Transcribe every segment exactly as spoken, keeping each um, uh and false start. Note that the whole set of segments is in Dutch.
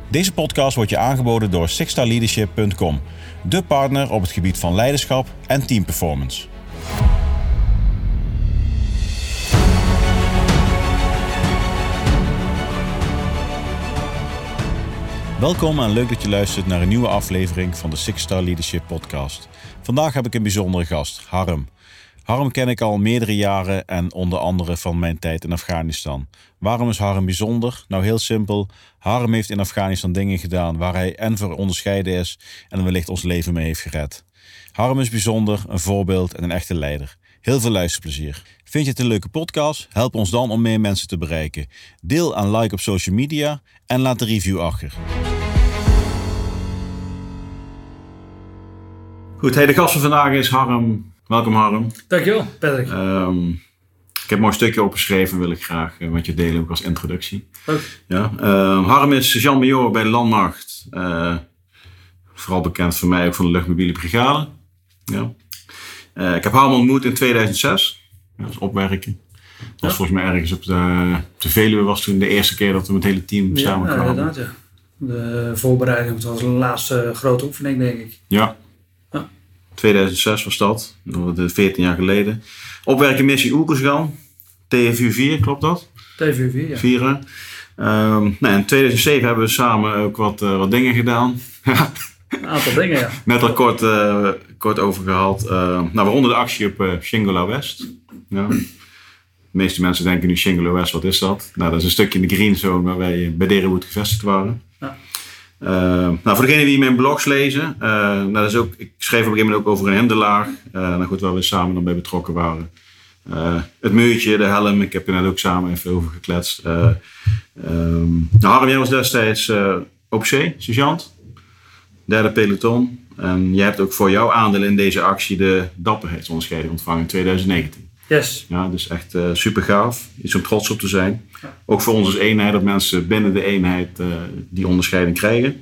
Deze podcast wordt je aangeboden door six star leadership punt com, de partner op het gebied van leiderschap en teamperformance. Welkom en leuk dat je luistert naar een nieuwe aflevering van de six star Leadership Podcast. Vandaag heb ik een bijzondere gast, Harm. Harm ken ik al meerdere jaren en onder andere van mijn tijd in Afghanistan. Waarom is Harm bijzonder? Nou, heel simpel. Harm heeft in Afghanistan dingen gedaan waar hij en voor onderscheiden is en wellicht ons leven mee heeft gered. Harm is bijzonder, een voorbeeld en een echte leider. Heel veel luisterplezier. Vind je het een leuke podcast? Help ons dan om meer mensen te bereiken. Deel en like op social media en laat de review achter. Goed, hey, de gast van vandaag is Harm. Welkom Harm. Dankjewel, Patrick. Um, ik heb een mooi stukje opgeschreven, wil ik graag uh, met je delen, ook als introductie. Leuk. Ja, uh, Harm is sergeant-major bij de Landmacht. Uh, vooral bekend voor mij ook van de luchtmobiele brigade. Ja. Uh, ik heb Harm ontmoet in tweeduizend zes. Ja, dat is opwerken. Dat was ja. volgens mij ergens op de, de Veluwe was toen de eerste keer dat we met het hele team ja, samen kwamen. Ja, inderdaad ja. De voorbereiding, het was de laatste grote oefening denk ik. Ja. ja. tweeduizend zes was dat, veertien jaar geleden. Opwerken missie Oeruzgan, T F U vier, klopt dat? T F U vier, ja. vier, um, nou, in tweeduizend zeven hebben we samen ook wat, uh, wat dingen gedaan. Een aantal dingen, ja. Net al kort, uh, kort over gehad. Uh, nou, waaronder de actie op uh, Shingolo West. Ja. De meeste mensen denken nu Shingolo West, wat is dat? Nou, dat is een stukje in de green zone waar wij bij Derenwood gevestigd waren. Ja. Uh, nou, voor degenen die mijn blogs lezen, uh, nou, dat is ook, ik schreef op een gegeven moment ook over een hinderlaag. Uh, nou goed, waar we samen dan bij betrokken waren. Uh, het muurtje, de helm, ik heb er net ook samen even over gekletst. Uh, um, nou, Harm, jij was destijds uh, O P C, sergeant, derde peloton. En jij hebt ook voor jouw aandeel in deze actie de dapperheidsonderscheiding ontvangen in tweeduizend negentien. Yes. Ja, dus echt uh, super gaaf. Iets om trots op te zijn. Ja. Ook voor ons als eenheid, dat mensen binnen de eenheid uh, die onderscheiding krijgen.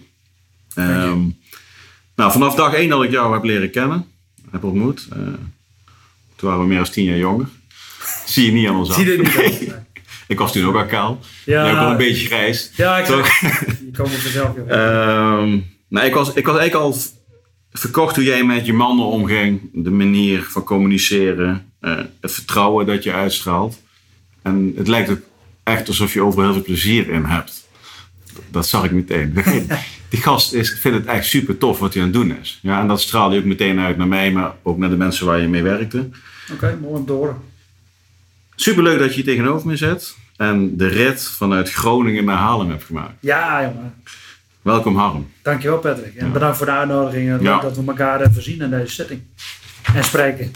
Um, nou, vanaf dag één dat ik jou heb leren kennen, heb ontmoet. Uh, toen waren we meer dan tien jaar jonger. Zie je niet aan ons af. Zie je niet aan ons af. Ik was toen ook al kaal. Ja. Jij ook al een beetje grijs. Ja, ik je komt er vanzelf. um, nou, ik, was, ik was eigenlijk al verkocht hoe jij met je mannen omging. De manier van communiceren. Uh, het vertrouwen dat je uitstraalt. En het lijkt ook echt alsof je overal heel veel plezier in hebt. Dat zag ik meteen. Die gast is, vindt het echt super tof wat hij aan het doen is. Ja, en dat straalde je ook meteen uit naar mij, maar ook naar de mensen waar je mee werkte. Oké, okay, mooi om te horen. Super leuk dat je hier tegenover me zit. En de rit vanuit Groningen naar Haarlem hebt gemaakt. Ja, jongen. Welkom Harm. Dankjewel Patrick. En ja. Bedankt voor de uitnodiging. Leuk ja. dat we elkaar even zien in deze setting. En spreken.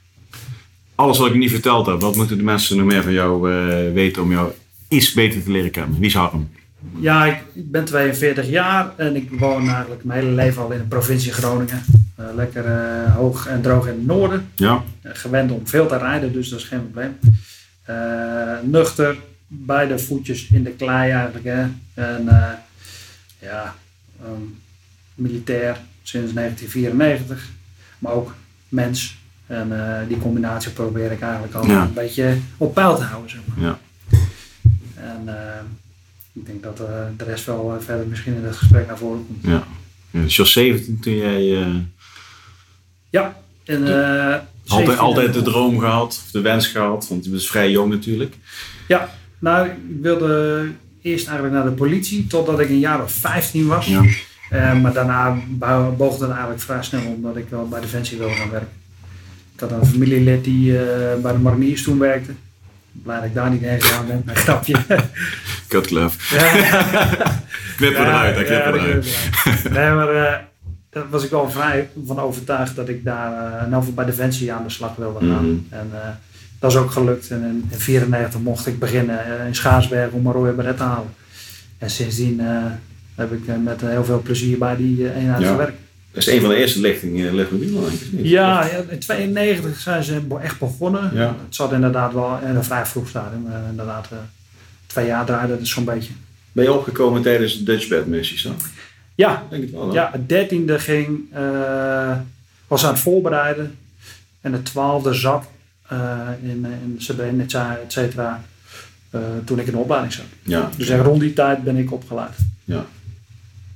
Alles wat ik niet verteld heb, wat moeten de mensen nog meer van jou uh, weten om jou iets beter te leren kennen? Wie is Harm? Ja, ik ben tweeënveertig jaar en ik woon eigenlijk mijn hele leven al in de provincie Groningen. Uh, lekker uh, hoog en droog in het noorden. Ja. Uh, gewend om veel te rijden, dus dat is geen probleem. Uh, nuchter, beide voetjes in de klei eigenlijk. Hè. En uh, ja, um, militair sinds negentien vierennegentig, maar ook mens. En uh, die combinatie probeer ik eigenlijk al ja. een beetje op peil te houden. Zeg maar. Ja. En uh, ik denk dat uh, de rest wel uh, verder misschien in het gesprek naar voren komt. Ja, ja dus je was zeventien toen jij... Uh... Ja. En, uh, altijd, altijd de droom gehad, of de wens gehad, want je was vrij jong natuurlijk. Ja, nou ik wilde eerst eigenlijk naar de politie, totdat ik een jaar of vijftien was. Ja. Uh, maar daarna boog het eigenlijk vrij snel, omdat ik wel bij Defensie wilde gaan werken. Ik had een familielid die uh, bij de mariniers toen werkte. Blij dat ik daar niet heen gegaan ben. Een grapje. Cut glove. Ja. Knip er eruit, knip er eruit. Nee, maar uh, daar was ik wel vrij van overtuigd dat ik daar uh, nou bij Defensie aan de slag wilde gaan. Mm-hmm. En uh, dat is ook gelukt. En in negentien vierennegentig mocht ik beginnen uh, in Schaarsberg om mijn rode beret te halen. En sindsdien uh, heb ik uh, met heel veel plezier bij die uh, eenheid ja. gewerkt. Dat is een van de eerste lichtingen luchtmobiel. Ja, ja, in tweeënnegentig zijn ze echt begonnen. Ja. Het zat inderdaad wel in een vrij vroeg stadium. Uh, inderdaad, uh, twee jaar draaide het zo'n beetje. Ben je opgekomen tijdens de Dutchbat missies dan? Ja, denk het wel, ja, het dertiende ging, uh, was aan het voorbereiden. En het twaalfde zat uh, in, in Srebrenica, et cetera. Uh, toen ik in de opleiding zat. Ja. Dus rond die tijd ben ik opgeleid. Ja.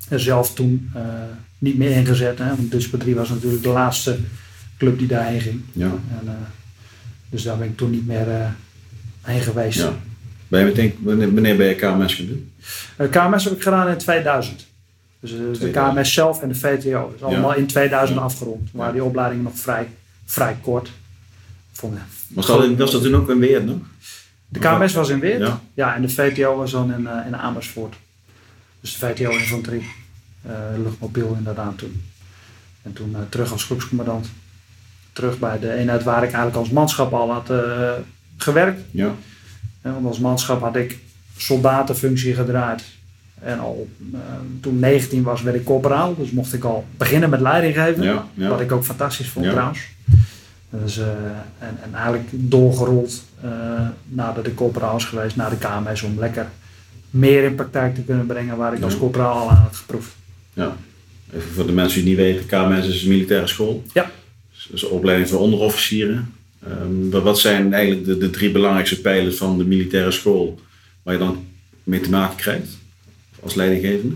En zelf toen uh, niet meer ingezet. Hè? Want Dutch drie was natuurlijk de laatste club die daarheen ging. Ja. En, uh, dus daar ben ik toen niet meer uh, heen geweest. Ja. Ben je meteen, wanneer ben je K M S gaan doen? Uh, K M S heb ik gedaan in tweeduizend. Dus uh, de K M S zelf en de V T O. Dus allemaal ja. in tweeduizend ja. afgerond. Maar ja. die opleiding nog vrij, vrij kort. Vond, was, dat in, was dat toen ook in Weert nog? De K M S was in Weert. Ja. ja, en de V T O was dan in, uh, in Amersfoort. Dus de V T O infanterie. Uh, luchtmobiel inderdaad toen. En toen uh, terug als groepscommandant. Terug bij de eenheid waar ik eigenlijk als manschap al had uh, gewerkt. Ja. En want als manschap had ik soldatenfunctie gedraaid. En al uh, toen negentien was, werd ik corporaal. Dus mocht ik al beginnen met leiding geven. Ja, ja. Wat ik ook fantastisch vond ja. trouwens. Dus, uh, en, en eigenlijk doorgerold uh, nadat ik corporaal was geweest naar de K M S. Om lekker meer in praktijk te kunnen brengen waar ik ja. als corporaal al aan had geproefd. Ja. Even voor de mensen die het niet weten. K M S is een militaire school. Ja. Dus een opleiding voor onderofficieren. Um, wat zijn eigenlijk de, de drie belangrijkste pijlers van de militaire school waar je dan mee te maken krijgt als leidinggevende?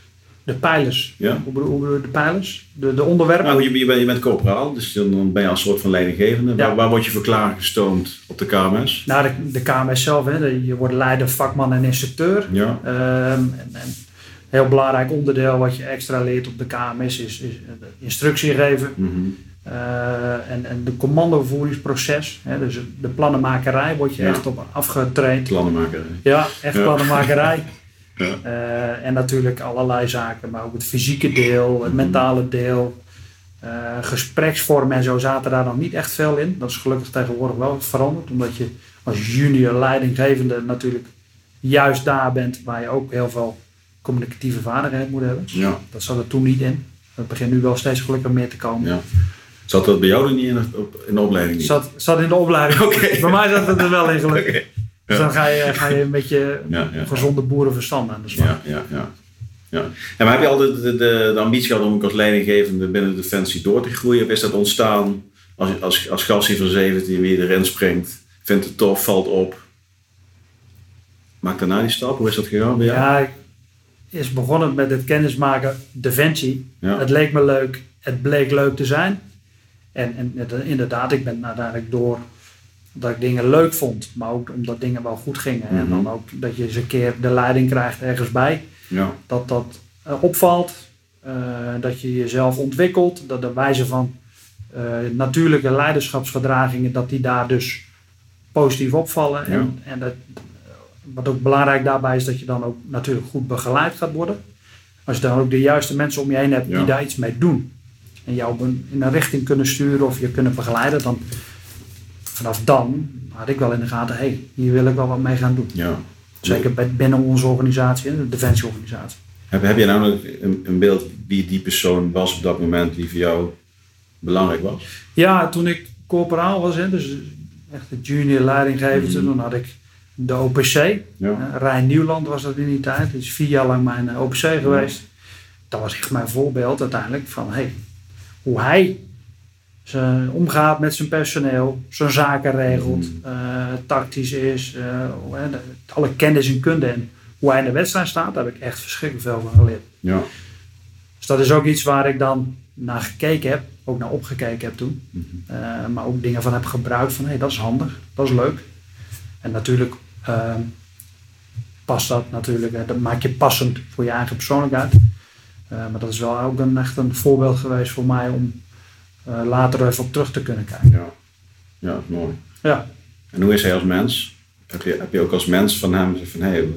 De pijlers? Ja. Hoe bedoel, hoe bedoel je de pijlers? De, de onderwerpen? Nou, je, je, bent, je bent corporaal, dus dan ben je als soort van leidinggevende. Ja. Waar, waar word je voor klaargestoomd op de K M S? Nou, de, de K M S zelf, hè, je wordt leider, vakman en instructeur. Ja. Um, en, en een heel belangrijk onderdeel wat je extra leert op de K M S is, is instructie geven. Mm-hmm. Uh, en, en de commandovoeringsproces, hè, dus de plannenmakerij word je ja. echt op afgetraind. Plannenmakerij. Ja, echt ja. plannenmakerij. ja. uh, en natuurlijk allerlei zaken, maar ook het fysieke deel, het mm-hmm. mentale deel, uh, gespreksvormen en zo zaten daar nog niet echt veel in. Dat is gelukkig tegenwoordig wel veranderd, omdat je als junior leidinggevende natuurlijk juist daar bent waar je ook heel veel communicatieve vaardigheid moet hebben. Ja. Dat zat er toen niet in. Dat begint nu wel steeds gelukkig meer te komen. Ja. Zat dat bij jou er niet in, in de opleiding? Niet? Zat, zat in de opleiding. Okay. Bij mij zat het er wel in gelukkig. Okay. Ja. Dus dan ga je, ga je een beetje ja, ja, gezonde boerenverstand aan de slag. Ja, ja, ja. ja. En maar heb je altijd de, de, de ambitie gehad om als leidinggevende binnen Defensie door te groeien? Of is dat ontstaan als, als, als gastie van zeventien, wie erin springt, vindt het tof, valt op? Maak daarna die stap. Hoe is dat gegaan bij jou? Ja, is begonnen met het kennismaken Defensie. Ja. Het leek me leuk. Het bleek leuk te zijn. En, en inderdaad, ik ben uiteindelijk door dat ik dingen leuk vond. Maar ook omdat dingen wel goed gingen. Mm-hmm. En dan ook dat je eens een keer de leiding krijgt ergens bij. Ja. Dat dat uh, opvalt. Uh, dat je jezelf ontwikkelt. Dat de wijze van uh, natuurlijke leiderschapsgedragingen, dat die daar dus positief opvallen. Ja. En, en dat, wat ook belangrijk daarbij is dat je dan ook natuurlijk goed begeleid gaat worden. Als je dan ook de juiste mensen om je heen hebt die ja. daar iets mee doen. En jou in een richting kunnen sturen of je kunnen begeleiden. Dan vanaf dan had ik wel in de gaten, hé, hey, hier wil ik wel wat mee gaan doen. Ja. Zeker binnen onze organisatie, de defensieorganisatie. Heb, heb je nou nog een, een beeld wie die persoon was op dat moment die voor jou belangrijk was? Ja, toen ik corporaal was, hè, dus echt de junior leidinggevende, mm-hmm. dan had ik de O P C. Ja. Uh, Rijn Nieuwland was dat in die tijd. Dat is vier jaar lang mijn O P C geweest. Ja. Dat was echt mijn voorbeeld uiteindelijk van hey, hoe hij zijn, omgaat met zijn personeel, zijn zaken regelt, mm. uh, tactisch is, uh, de, alle kennis en kunde en hoe hij in de wedstrijd staat, daar heb ik echt verschrikkelijk veel van geleerd. Ja. Dus dat is ook iets waar ik dan naar gekeken heb, ook naar opgekeken heb toen. Mm-hmm. Uh, maar ook dingen van heb gebruikt van hé, hey, dat is handig, dat is leuk. En natuurlijk uh, past dat natuurlijk, hè, dat maak je passend voor je eigen persoonlijkheid. Uh, maar dat is wel ook een, echt een voorbeeld geweest voor mij om uh, later even op terug te kunnen kijken. Ja, ja, dat is mooi. Ja. En hoe is hij als mens? Heb je, heb je ook als mens van hem van hé, hey,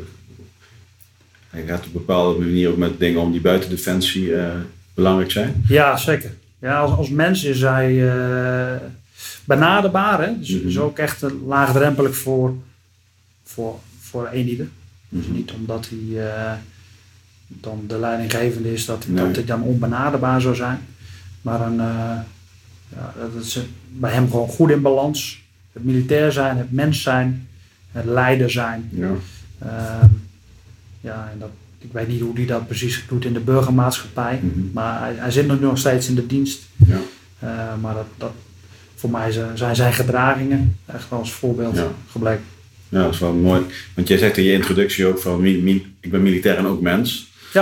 hij gaat op een bepaalde manier ook met dingen om die buiten Defensie uh, belangrijk zijn? Ja, zeker. Ja, als, als mens is hij uh, benaderbaar. Hè? Dus mm-hmm. is ook echt laagdrempelig voor, voor, voor een ieder. Mm-hmm. Dus niet omdat hij uh, dan de leidinggevende is dat, nee. dat hij dan onbenaderbaar zou zijn. Maar een, uh, ja, dat is bij hem gewoon goed in balans. Het militair zijn, het mens zijn, het leider zijn. Ja. Uh, ja, en dat, ik weet niet hoe hij dat precies doet in de burgermaatschappij. Mm-hmm. Maar hij, hij zit nu nog steeds in de dienst. Ja. Uh, maar dat, dat, voor mij zijn zijn gedragingen echt wel als voorbeeld ja. gebleken. Ja, dat is wel mooi. Want jij zegt in je introductie ook van, mi, mi, ik ben militair en ook mens. Ja.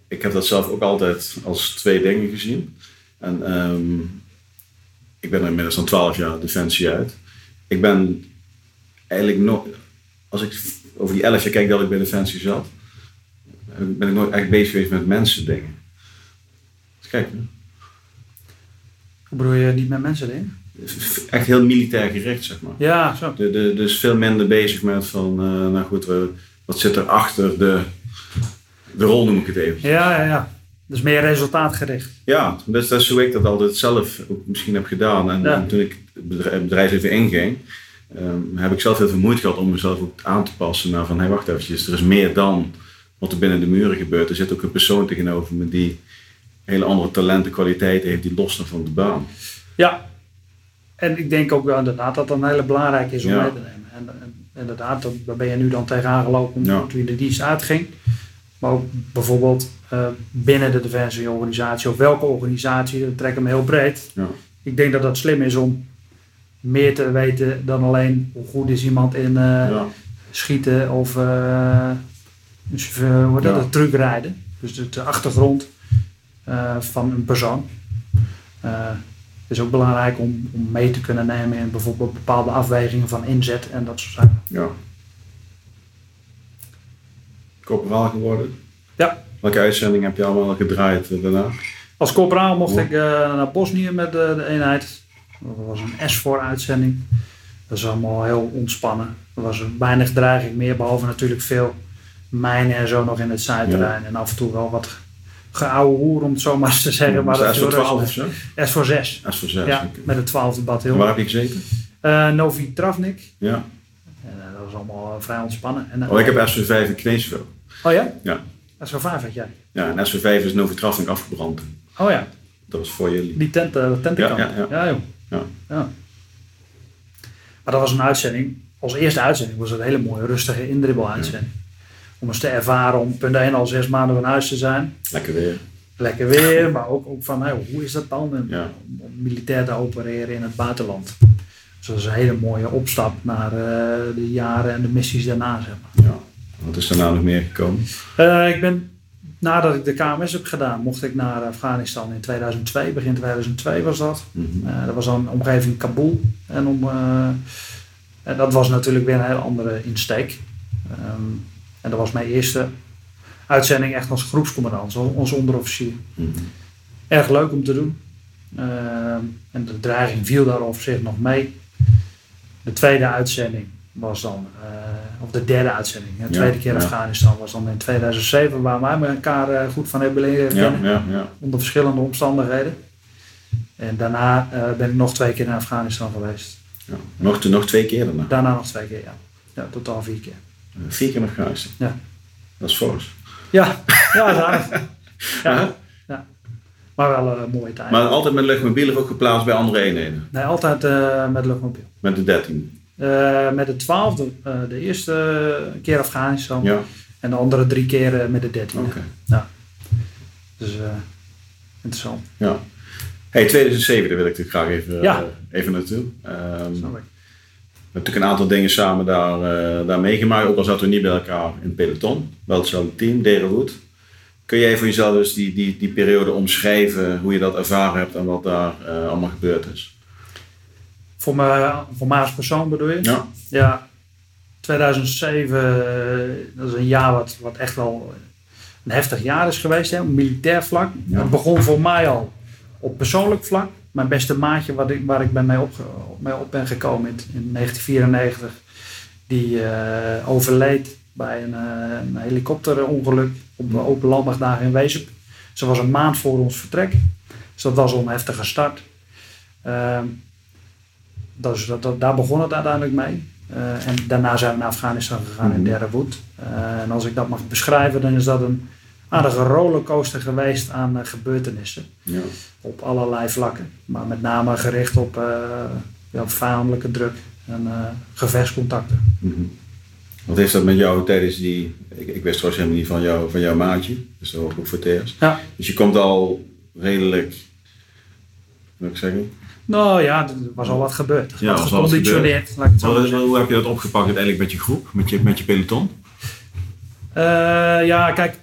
ik heb dat zelf ook altijd als twee dingen gezien. En um, ik ben er inmiddels dan twaalf jaar Defensie uit. Ik ben eigenlijk nog, als ik over die elf jaar kijk dat ik bij Defensie zat, ben ik nooit echt bezig geweest met mensen dingen. Kijk. Hoe bedoel je niet met mensen dingen? Echt heel militair gericht, zeg maar. Ja, zo. De, de, dus veel minder bezig met van, uh, nou goed, we, wat zit er achter de, de rol, noem ik het even. Ja, ja, ja. Dus meer resultaatgericht. Ja, dus dat is hoe ik dat altijd zelf ook misschien heb gedaan. En, ja. en toen ik het bedrijf, bedrijf even inging, um, heb ik zelf heel veel moeite gehad om mezelf ook aan te passen naar van, hé, hey, wacht eventjes, er is meer dan wat er binnen de muren gebeurt. Er zit ook een persoon tegenover me die hele andere talenten, kwaliteiten heeft die los staan van de baan. Ja, en ik denk ook wel inderdaad dat dat een hele belangrijk is om ja. mee te nemen. En, en inderdaad, dat, daar ben je nu dan tegenaan gelopen ja. toen je de dienst uitging. Maar ook bijvoorbeeld uh, binnen de defensieorganisatie of welke organisatie, dat trekken we heel breed. Ja. Ik denk dat dat slim is om meer te weten dan alleen hoe goed is iemand in uh, ja. schieten of uh, dus, uh, hoe dat, ja. truckrijden. Dus de, de achtergrond uh, van een persoon. Uh, Het is ook belangrijk om, om mee te kunnen nemen in bijvoorbeeld bepaalde afwegingen van inzet en dat soort zaken. Ja. Corporaal geworden? Ja. Welke uitzending heb je allemaal gedraaid uh, daarna? Als corporaal mocht oh. ik uh, naar Bosnië met de, de eenheid. Dat was een S vier uitzending. Dat is allemaal heel ontspannen. Er was weinig dreiging meer, behalve natuurlijk veel mijnen en zo nog in het Zuidterrein. Ja. En af en toe wel wat geouwe hoer, om het zo maar eens te zeggen. Ja, maar S voor twaalf of zo? S voor zes. S voor zes. Ja, okay. met het twaalfde bataljon. Waar heb je gezeten? Uh, Novi Travnik. Ja. En, uh, dat was allemaal uh, vrij ontspannen. En, uh, oh, ik heb S voor vijf in Kneesveld. Oh ja? Ja. S voor vijf had jij? Ja, en S voor vijf is Novi Travnik afgebrand. Oh ja. Dat was voor jullie. Die tent, uh, tentenkamp. Ja, ja, ja. Ja, joh. Ja. Ja. Maar dat was een uitzending. Als eerste uitzending was het een hele mooie, rustige indribbel-uitzending. Ja. Om eens te ervaren om punt één al zes maanden van huis te zijn. Lekker weer. Lekker weer, maar ook, ook van hey, hoe is dat dan en, ja. om militair te opereren in het buitenland. Dus dat is een hele mooie opstap naar uh, de jaren en de missies daarna. Zeg maar. Ja. Wat is daarna nog meer gekomen? Uh, ik ben, nadat ik de K M S heb gedaan, mocht ik naar Afghanistan in tweeduizend twee. Begin tweeduizend twee was dat. Mm-hmm. Uh, dat was dan omgeving Kabul. En, om, uh, en dat was natuurlijk weer een heel andere insteek. Um, en dat was mijn eerste uitzending echt als groepscommandant, als onderofficier. Mm-hmm. Erg leuk om te doen. Uh, en de dreiging viel daar op zich nog mee. De tweede uitzending was dan, uh, of de derde uitzending, de tweede ja, keer ja. Afghanistan was dan in tweeduizend zeven, waar wij elkaar uh, goed van hebben leren kennen. Ja, ja, ja. Onder verschillende omstandigheden. En daarna uh, ben ik nog twee keer naar Afghanistan geweest. Ja. Nog, nog twee keer daarna? Daarna nog twee keer, ja. Ja, totaal vier keer. Vier keer naar Afghanistan? Ja. Dat is fors. Ja, ja, dat is aardig. Ja, ja. Maar wel een mooie tijd. Maar altijd met luchtmobiel of ook geplaatst bij andere eenheden? Nee, altijd uh, met luchtmobiel. Met de dertiende? Uh, met de twaalfde, uh, de eerste keer Afghanistan. Ja. En de andere drie keer uh, met de dertiende. Okay. Ja. Dus uh, interessant. Ja. Hey, tweeduizend zeven, daar wil ik natuurlijk graag even, ja. uh, even naartoe. Um, Snap ik. We hebben natuurlijk een aantal dingen samen daar, uh, daar meegemaakt. Ook al zaten we niet bij elkaar in het peloton. Wel hetzelfde team, Derenwood. Kun jij voor jezelf dus die, die, die periode omschrijven, hoe je dat ervaren hebt en wat daar uh, allemaal gebeurd is? Voor, me, voor mij als persoon bedoel je? Ja. Ja, tweeduizend zeven, dat is een jaar wat, wat echt wel een heftig jaar is geweest, hè, op militair vlak. Ja. Het begon voor mij al op persoonlijk vlak. Mijn beste maatje wat ik, waar ik ben mee, op, mee op ben gekomen in, in negentien vierennegentig, die uh, overleed bij een, uh, een helikopterongeluk op de open landmachtdagen in Wezep. Dus dat was een maand voor ons vertrek. Dus dat was al een heftige start. Uh, dus dat, dat, daar begon het uiteindelijk mee. Uh, en daarna zijn we naar Afghanistan gegaan mm-hmm. in Derenwood. Uh, en als ik dat mag beschrijven, dan is dat een aardige rollercoaster geweest aan uh, gebeurtenissen. Ja. Op allerlei vlakken. Maar met name gericht op, uh, ja, op vijandelijke druk en uh, gevechtscontacten. Mm-hmm. Wat heeft dat met jou tijdens die... Ik, ik wist trouwens helemaal niet van, jou, van jouw maatje. Dus dat hoor ik ook voor het eerst. Ja. Dus je komt al redelijk... Wat moet ik zeggen? Nou ja, er was al wat gebeurd. Er ja, was geconditioneerd. Laat ik het zo hoe, zeggen. hoe heb je dat opgepakt uiteindelijk met je groep? Met je, met je peloton? Uh, ja, kijk.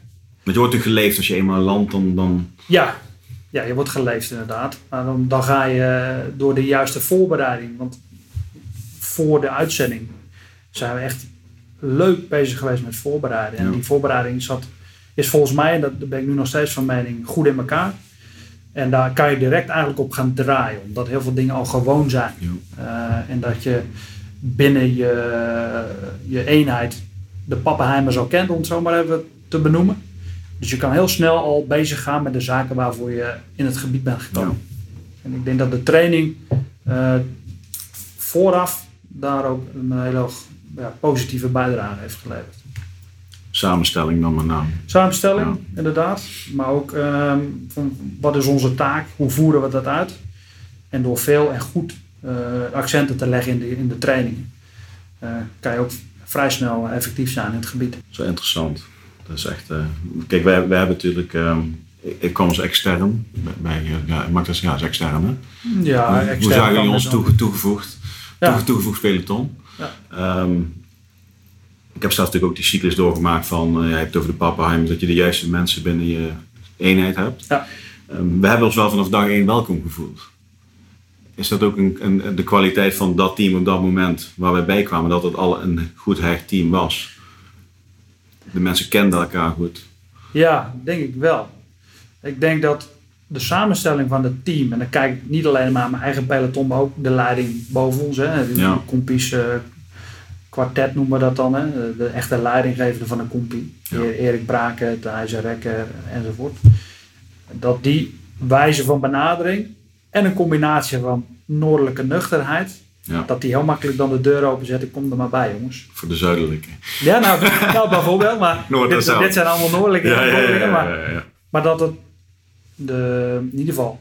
Want je wordt natuurlijk geleefd als je eenmaal landt, dan... dan... Ja. ja, je wordt geleefd inderdaad. Maar dan, dan ga je door de juiste voorbereiding. Want voor de uitzending zijn we echt leuk bezig geweest met voorbereiden. En ja. die voorbereiding zat, is volgens mij, en daar ben ik nu nog steeds van mening, goed in elkaar. En daar kan je direct eigenlijk op gaan draaien. Omdat heel veel dingen al gewoon zijn. Ja. Uh, en dat je binnen je, je eenheid de pappenheimers al kent, om het zo maar even te benoemen. Dus je kan heel snel al bezig gaan met de zaken waarvoor je in het gebied bent gekomen. Ja. En ik denk dat de training uh, vooraf daar ook een hele ja, positieve bijdrage heeft geleverd. Samenstelling dan met name. Samenstelling, ja. inderdaad. Maar ook um, van wat is onze taak, hoe voeren we dat uit? En door veel en goed uh, accenten te leggen in de, in de trainingen, uh, kan je ook vrij snel effectief zijn in het gebied. Zo interessant. Dat is echt. Uh, kijk, wij, wij hebben natuurlijk. Um, ik, ik kwam als extern. Bij, ja, ik mag dat zeggen, als extern. Hè? Ja, hoe, extern. Hoe zagen jullie ons toege, toegevoegd? Ja. Toege, toegevoegd peloton? Ja. Um, ik heb zelf natuurlijk ook die cyclus doorgemaakt van. Uh, je hebt het over de Pappenheim, dat je de juiste mensen binnen je eenheid hebt. Ja. Um, we hebben ons wel vanaf dag één welkom gevoeld. Is dat ook een, een, de kwaliteit van dat team op dat moment waar wij bij kwamen, dat het al een goed hecht team was? De mensen kenden elkaar goed. Ja, denk ik wel. Ik denk dat de samenstelling van het team, en dan kijk ik niet alleen maar naar mijn eigen peloton, maar ook de leiding boven ons. Hè. De ja. Kompies uh, kwartet noemen we dat dan. Hè. De echte leidinggevende van een kompie. Ja. Erik Braken, Thijs Rekker enzovoort. Dat die wijze van benadering en een combinatie van noordelijke nuchterheid, ja. dat die heel makkelijk dan de deur openzet. Ik kom er maar bij, jongens. Voor de zuidelijke. Ja, nou, nou bijvoorbeeld. Maar dit, dit zijn allemaal noordelijke. Ja, ja, ja, ja, ja, maar, ja, ja. maar dat het de, in ieder geval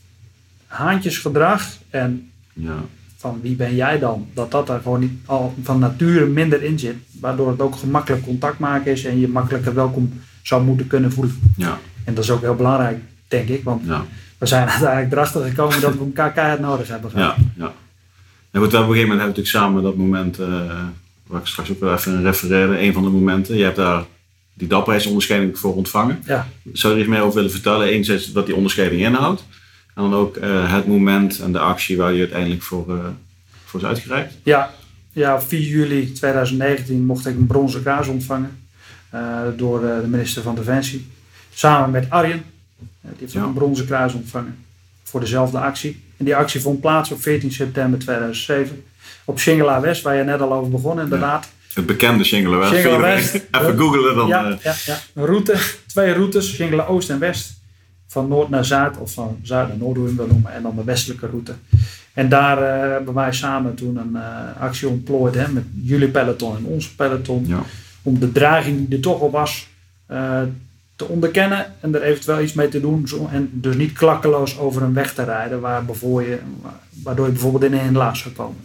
haantjesgedrag en ja. van wie ben jij dan? Dat dat er gewoon niet al van nature minder in zit. Waardoor het ook gemakkelijk contact maken is en je makkelijker welkom zou moeten kunnen voelen. Ja. En dat is ook heel belangrijk, denk ik. Want ja. we zijn uiteindelijk erachter gekomen dat we elkaar keihard nodig hebben gehad. Ja, ja. En goed, op een gegeven moment hebben we natuurlijk samen dat moment, uh, waar ik straks ook wel even refereerde, een van de momenten. Je hebt daar die dapperheidsonderscheiding voor ontvangen. Ja. Zou je er iets meer over willen vertellen? Enerzijds wat die onderscheiding inhoudt. En dan ook uh, het moment en de actie waar je uiteindelijk voor, uh, voor is uitgereikt. Ja. ja, op vier juli tweeduizend negentien mocht ik een bronzen kaars ontvangen. Uh, door uh, de minister van Defensie. Samen met Arjen. Uh, die heeft ja. een bronzen kruis ontvangen. Voor dezelfde actie. En die actie vond plaats op veertien september tweeduizend zeven. Op Shingela West, waar je net al over begon inderdaad. Ja. Het bekende Shingela West. Shingela West. Even googelen dan. Ja, ja, ja. Een route, twee routes. Shingela Oost en West. Van noord naar zuid. Of van zuid naar noord, hoe je hem wil noemen. En dan de westelijke route. En daar uh, hebben wij samen toen een uh, actie ontplooid. Hè, met jullie peloton en ons peloton. Ja. Om de dreiging die er toch al was uh, te onderkennen en er eventueel iets mee te doen. Zo, en dus niet klakkeloos over een weg te rijden waar je, waardoor je bijvoorbeeld in een hindlaag zou komen.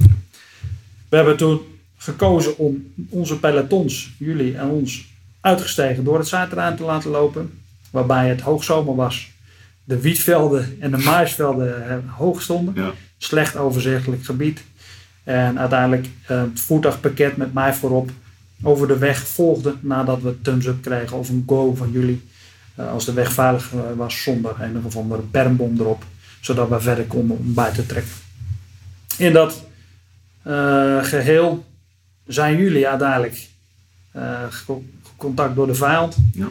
We hebben toen gekozen om onze pelotons, jullie en ons, uitgestegen door het Zuidterrein te laten lopen. Waarbij het hoogzomer was. De wietvelden en de maisvelden uh, hoog stonden. Ja. Slecht overzichtelijk gebied. En uiteindelijk uh, het voertuigpakket met mij voorop over de weg volgde nadat we thumbs-up kregen of een go van jullie. Uh, als de weg veilig uh, was zonder een of andere bermbom erop. Zodat we verder konden om bij te trekken. In dat uh, geheel zijn jullie uiteindelijk uh, gecontact door de vijand. Ja.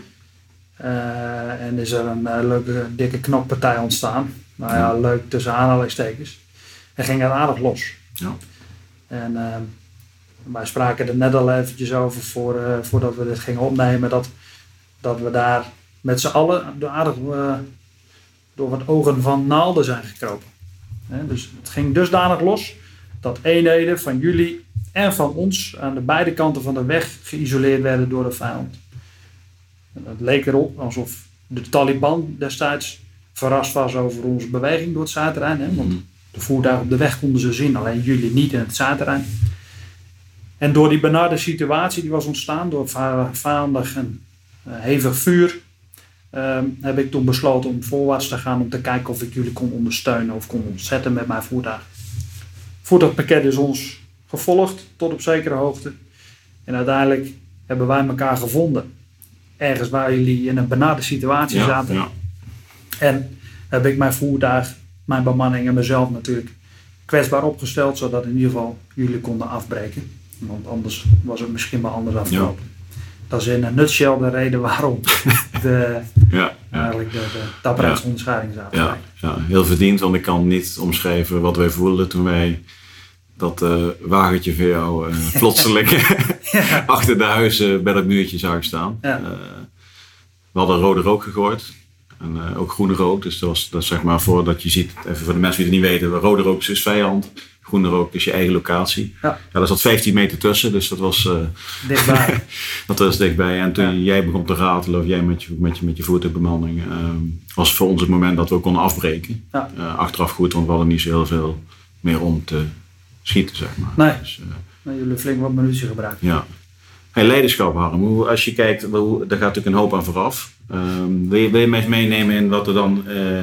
Uh, en is er een uh, leuke dikke knokpartij ontstaan. Nou ja, leuk tussen aanhalingstekens. En ging het aardig los. Ja. En uh, wij spraken er net al eventjes over voor, uh, voordat we dit gingen opnemen. Dat, dat we daar met z'n allen door, aardig, uh, door wat ogen van naalden zijn gekropen. He, dus het ging dusdanig los dat eenheden van jullie en van ons aan de beide kanten van de weg geïsoleerd werden door de vijand. En het leek erop alsof de Taliban destijds verrast was over onze beweging door het Zuidterrein. Hè? Want de voertuigen op de weg konden ze zien, alleen jullie niet in het Zuidterrein. En door die benarde situatie die was ontstaan door vijandig en uh, hevig vuur, uh, heb ik toen besloten om voorwaarts te gaan om te kijken of ik jullie kon ondersteunen of kon ontzetten met mijn voertuig. Het voertuigpakket is ons gevolgd tot op zekere hoogte. En uiteindelijk hebben wij elkaar gevonden. ergens waar jullie in een benarde situatie ja, zaten. Ja. En heb ik mijn voertuig, mijn bemanning en mezelf natuurlijk kwetsbaar opgesteld, zodat in ieder geval jullie konden afbreken. Want anders was het misschien wel anders afgelopen. Ja. Dat is in een nutshell de reden waarom de, ja, ja. eigenlijk de, de dapperheidsonderscheiding zaten. Ja, ja, heel verdiend, want ik kan niet omschrijven wat wij voelden toen wij dat uh, wagentje van jou uh, plotseling ja. achter de huizen bij dat muurtje zagen staan. Ja. Uh, we hadden rode rook gegooid. En uh, ook groene rook. Dus dat was dat zeg maar voordat je ziet, even voor de mensen die het niet weten, rode rook is vijand. Groene rook is je eigen locatie. Ja. Ja, daar zat vijftien meter tussen, dus dat was uh, dichtbij. dat was dichtbij. En toen ja. jij begon te ratelen, of jij met je, met je, met je voertuigbemanning, uh, was voor ons het moment dat we konden afbreken. Ja. Uh, achteraf goed, want we hadden niet zo heel veel meer om te schieten, zeg maar. Nee, dus, uh, nee jullie flink wat munitie gebruikt. Ja. Hey, leiderschap, Harm. Hoe, als je kijkt, hoe, daar gaat natuurlijk een hoop aan vooraf. Um, wil, je, wil je mij meenemen in wat er dan... Uh,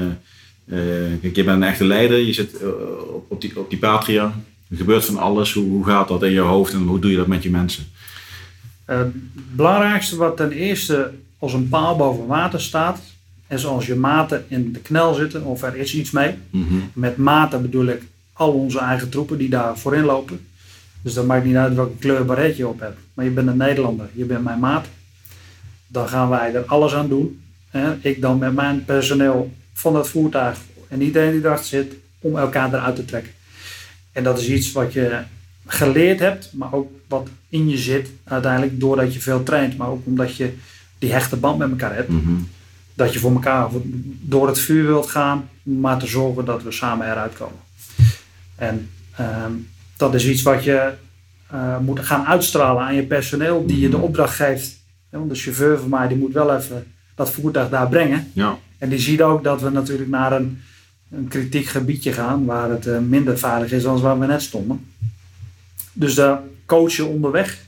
uh, kijk, je bent een echte leider. Je zit uh, op, die, op die patria. Er gebeurt van alles. Hoe, hoe gaat dat in je hoofd en hoe doe je dat met je mensen? Uh, het belangrijkste wat ten eerste als een paal boven water staat... is als je maten in de knel zitten of er is iets mee. Mm-hmm. Met maten bedoel ik al onze eigen troepen die daar voorin lopen. Dus dat maakt niet uit welke kleur baret je op hebt. Maar je bent een Nederlander, je bent mijn maat. Dan gaan wij er alles aan doen. Hè? Ik dan met mijn personeel van het voertuig en iedereen die erachter zit, om elkaar eruit te trekken. En dat is iets wat je geleerd hebt, maar ook wat in je zit uiteindelijk doordat je veel traint. Maar ook omdat je die hechte band met elkaar hebt. Mm-hmm. Dat je voor elkaar door het vuur wilt gaan, maar te zorgen dat we samen eruit komen. En um, dat is iets wat je uh, moet gaan uitstralen aan je personeel die je de opdracht geeft. Ja, want de chauffeur van mij die moet wel even dat voertuig daar brengen. Ja. En die ziet ook dat we natuurlijk naar een, een kritiek gebiedje gaan waar het uh, minder veilig is dan waar we net stonden. Dus uh, coachen onderweg,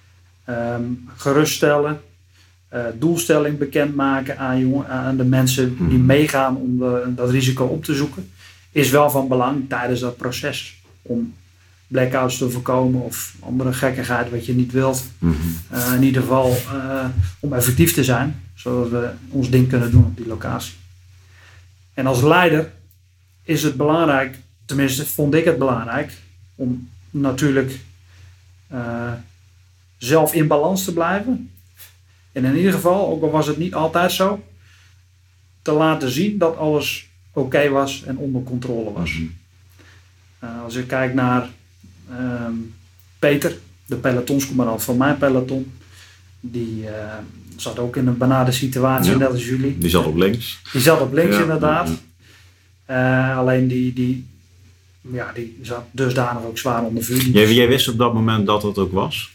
um, geruststellen, uh, doelstelling bekendmaken aan, jongen, aan de mensen die meegaan om de, dat risico op te zoeken. Is wel van belang tijdens dat proces om blackouts te voorkomen of andere gekkigheid wat je niet wilt. Mm-hmm. Uh, in ieder geval uh, om effectief te zijn, zodat we ons ding kunnen doen op die locatie. En als leider is het belangrijk, tenminste vond ik het belangrijk, om natuurlijk uh, zelf in balans te blijven. En in ieder geval, ook al was het niet altijd zo, te laten zien dat alles oké okay was en onder controle was. Mm-hmm. Uh, als ik kijk naar um, Peter, de pelotonscommandant van mijn peloton, die uh, zat ook in een benarde situatie, ja, net als jullie. Die zat op links. Die zat op links, ja, inderdaad. Ja. Uh, alleen die, die, ja, die zat dusdanig ook zwaar onder vuur. Jij, jij wist op dat moment dat het ook was?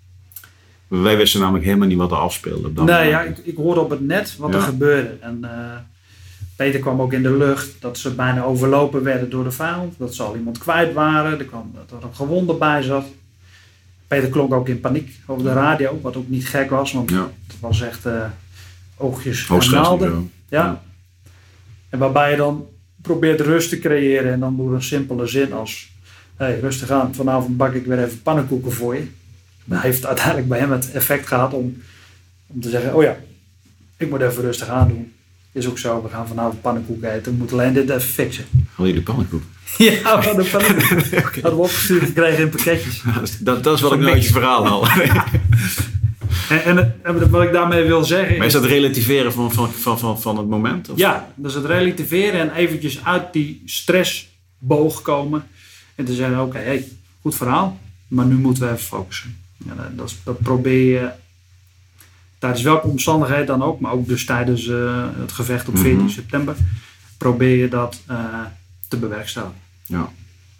Wij wisten namelijk helemaal niet wat er afspeelde. Op dat nee, moment. ja, ik, ik hoorde op het net wat ja. er gebeurde. En uh, Peter kwam ook in de lucht dat ze bijna overlopen werden door de vijand. Dat ze al iemand kwijt waren. Er kwam dat er een gewonde bij zat. Peter klonk ook in paniek over de radio. Wat ook niet gek was. Want ja. het was echt uh, oogjes en naalden. Ja. ja. En waarbij je dan probeert rust te creëren. En dan door een simpele zin als... Hey, rustig aan. Vanavond bak ik weer even pannenkoeken voor je. Dat heeft uiteindelijk bij hem het effect gehad om, om te zeggen... Oh ja, ik moet even rustig aan doen. Is ook zo, we gaan vanavond pannenkoeken eten. We moeten alleen dit even fixen. Hadden jullie pannenkoek? Ja, we hadden pannenkoek. Okay. Hadden we opgestuurd gekregen in pakketjes. dat, dat is wat ik nou uit je verhaal haal. en, en, en wat ik daarmee wil zeggen... Maar is dat relativeren van, van, van, van, van het moment? Of? Ja, dus het relativeren en eventjes uit die stressboog komen. En te zeggen, oké, okay, hey, goed verhaal. Maar nu moeten we even focussen. Ja, dat, dat probeer je... Tijdens welke omstandigheid dan ook, maar ook dus tijdens uh, het gevecht op veertien mm-hmm. september, probeer je dat uh, te bewerkstelligen. Ja.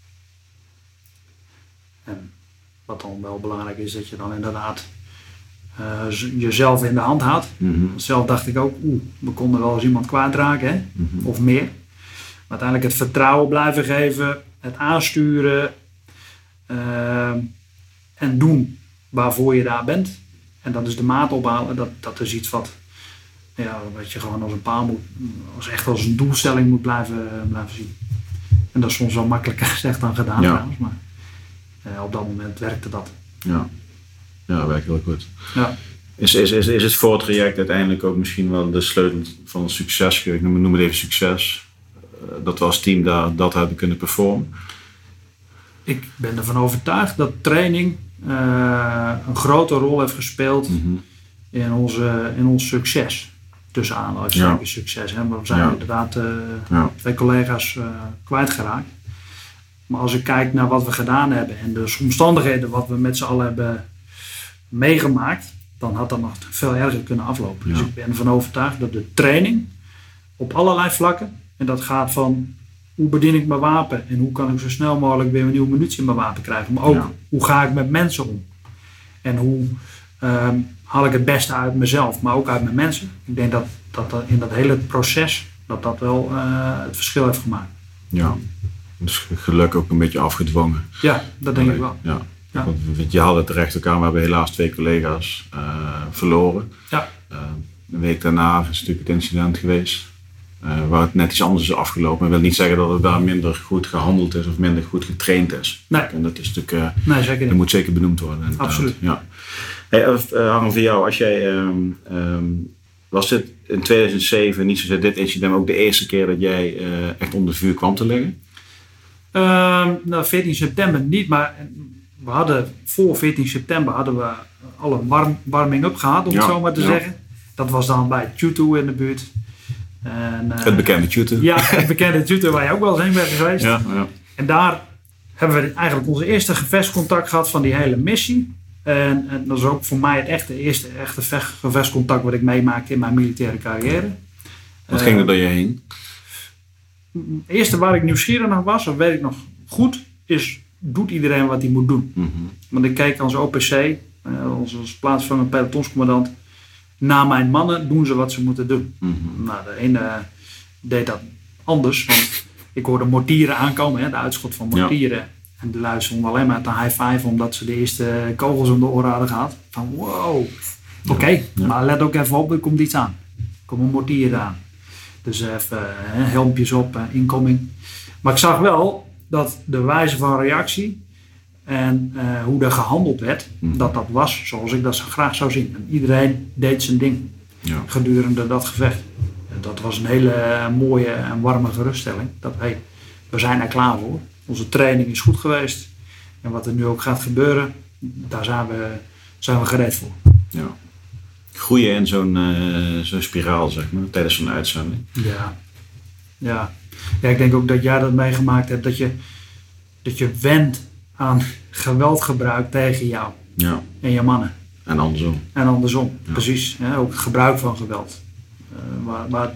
En wat dan wel belangrijk is, dat je dan inderdaad uh, jezelf in de hand houdt. Mm-hmm. Zelf dacht ik ook, oeh, we konden wel eens iemand kwijtraken, hè? Mm-hmm. Of meer. Maar uiteindelijk het vertrouwen blijven geven, het aansturen uh, en doen waarvoor je daar bent. En dat is de maat ophalen. Dat, dat is iets wat, ja, wat je gewoon als een paal moet, als echt als een doelstelling moet blijven, blijven zien. En dat is soms wel makkelijker gezegd dan gedaan, ja. trouwens, maar uh, op dat moment werkte dat. Ja, ja, werkt heel goed. Ja. Is, is, is, is het voortraject uiteindelijk ook misschien wel de sleutel van een succes? Ik noem, noem het even succes. Uh, dat we als team daar, dat hebben kunnen performen. Ik ben ervan overtuigd dat training uh, een grote rol heeft gespeeld mm-hmm. in, onze, in ons succes. Tussen aanhalingstekens ja. succes. Hè? Maar we zijn ja. inderdaad uh, ja. twee collega's uh, kwijtgeraakt. Maar als ik kijk naar wat we gedaan hebben en de omstandigheden wat we met z'n allen hebben meegemaakt, dan had dat nog veel erger kunnen aflopen. Ja. Dus ik ben ervan overtuigd dat de training op allerlei vlakken, en dat gaat van hoe bedien ik mijn wapen en hoe kan ik zo snel mogelijk weer een nieuwe munitie in mijn wapen krijgen, maar ook ja. hoe ga ik met mensen om en hoe um, haal ik het beste uit mezelf, maar ook uit mijn mensen. Ik denk dat, dat, dat in dat hele proces dat dat wel uh, het verschil heeft gemaakt. Ja, dus geluk ook een beetje afgedwongen. Ja, dat denk Allee, ik wel. Ja. Ja. Want je had het terecht elkaar, we hebben helaas twee collega's uh, verloren. Ja. Uh, een week daarna is natuurlijk het incident geweest. Uh, waar het net iets anders is afgelopen. Dat wil niet zeggen dat het daar minder goed gehandeld is of minder goed getraind is. Nee. En dat is natuurlijk, uh, nee, zeker niet. Dat moet zeker benoemd worden. Inderdaad. Absoluut. Ja. Hey, uh, Harm, voor jou, als jij, um, um, was dit in tweeduizend zeven niet zozeer dit incident ook de eerste keer dat jij uh, echt onder vuur kwam te liggen? Uh, nou, veertien september niet, maar we hadden voor veertien september hadden we alle warm, warming-up gehad, om ja, het zo maar te ja. zeggen. Dat was dan bij Tutu in de buurt. En, uh, het bekende Tutu. Ja, het bekende Tutu waar je ook wel eens heen bent geweest. Ja, ja. En daar hebben we eigenlijk onze eerste gevechtscontact gehad van die hele missie. En, en dat is ook voor mij het echte, eerste echte gevechtscontact wat ik meemaakte in mijn militaire carrière. Wat uh, ging er door je heen? Het eerste waar ik nieuwsgierig naar was, dat weet ik nog goed, is doet iedereen wat hij moet doen. Mm-hmm. Want ik keek als O P C, uh, als, als plaatsvervangend pelotonscommandant, na mijn mannen doen ze wat ze moeten doen. Mm-hmm. Nou, de ene uh, deed dat anders, want ik hoorde mortieren aankomen, hè, de uitschot van mortieren. Ja. En de lui stonden alleen maar te high five omdat ze de eerste kogels om de oren hadden gehad. Van wow, oké, okay, ja. maar let ook even op, er komt iets aan. Er komt een mortier aan. Dus even uh, helmpjes op, uh, incoming. Maar ik zag wel dat de wijze van reactie en uh, hoe er gehandeld werd, mm. dat dat was zoals ik dat graag zou zien. En iedereen deed zijn ding ja. gedurende dat gevecht. En dat was een hele uh, mooie en warme geruststelling. Dat hey, we zijn er klaar voor. Onze training is goed geweest. En wat er nu ook gaat gebeuren, daar zijn we, zijn we gereed voor. Ja. Groeien in zo'n, uh, zo'n spiraal, zeg maar, tijdens zo'n uitzending. Ja. Ja. Ja, ik denk ook dat jij dat meegemaakt hebt. Dat je, dat je went aan geweldgebruik tegen jou. Ja. En je mannen. En andersom. En andersom, ja. Precies. Hè? Ook het gebruik van geweld. Uh, maar, maar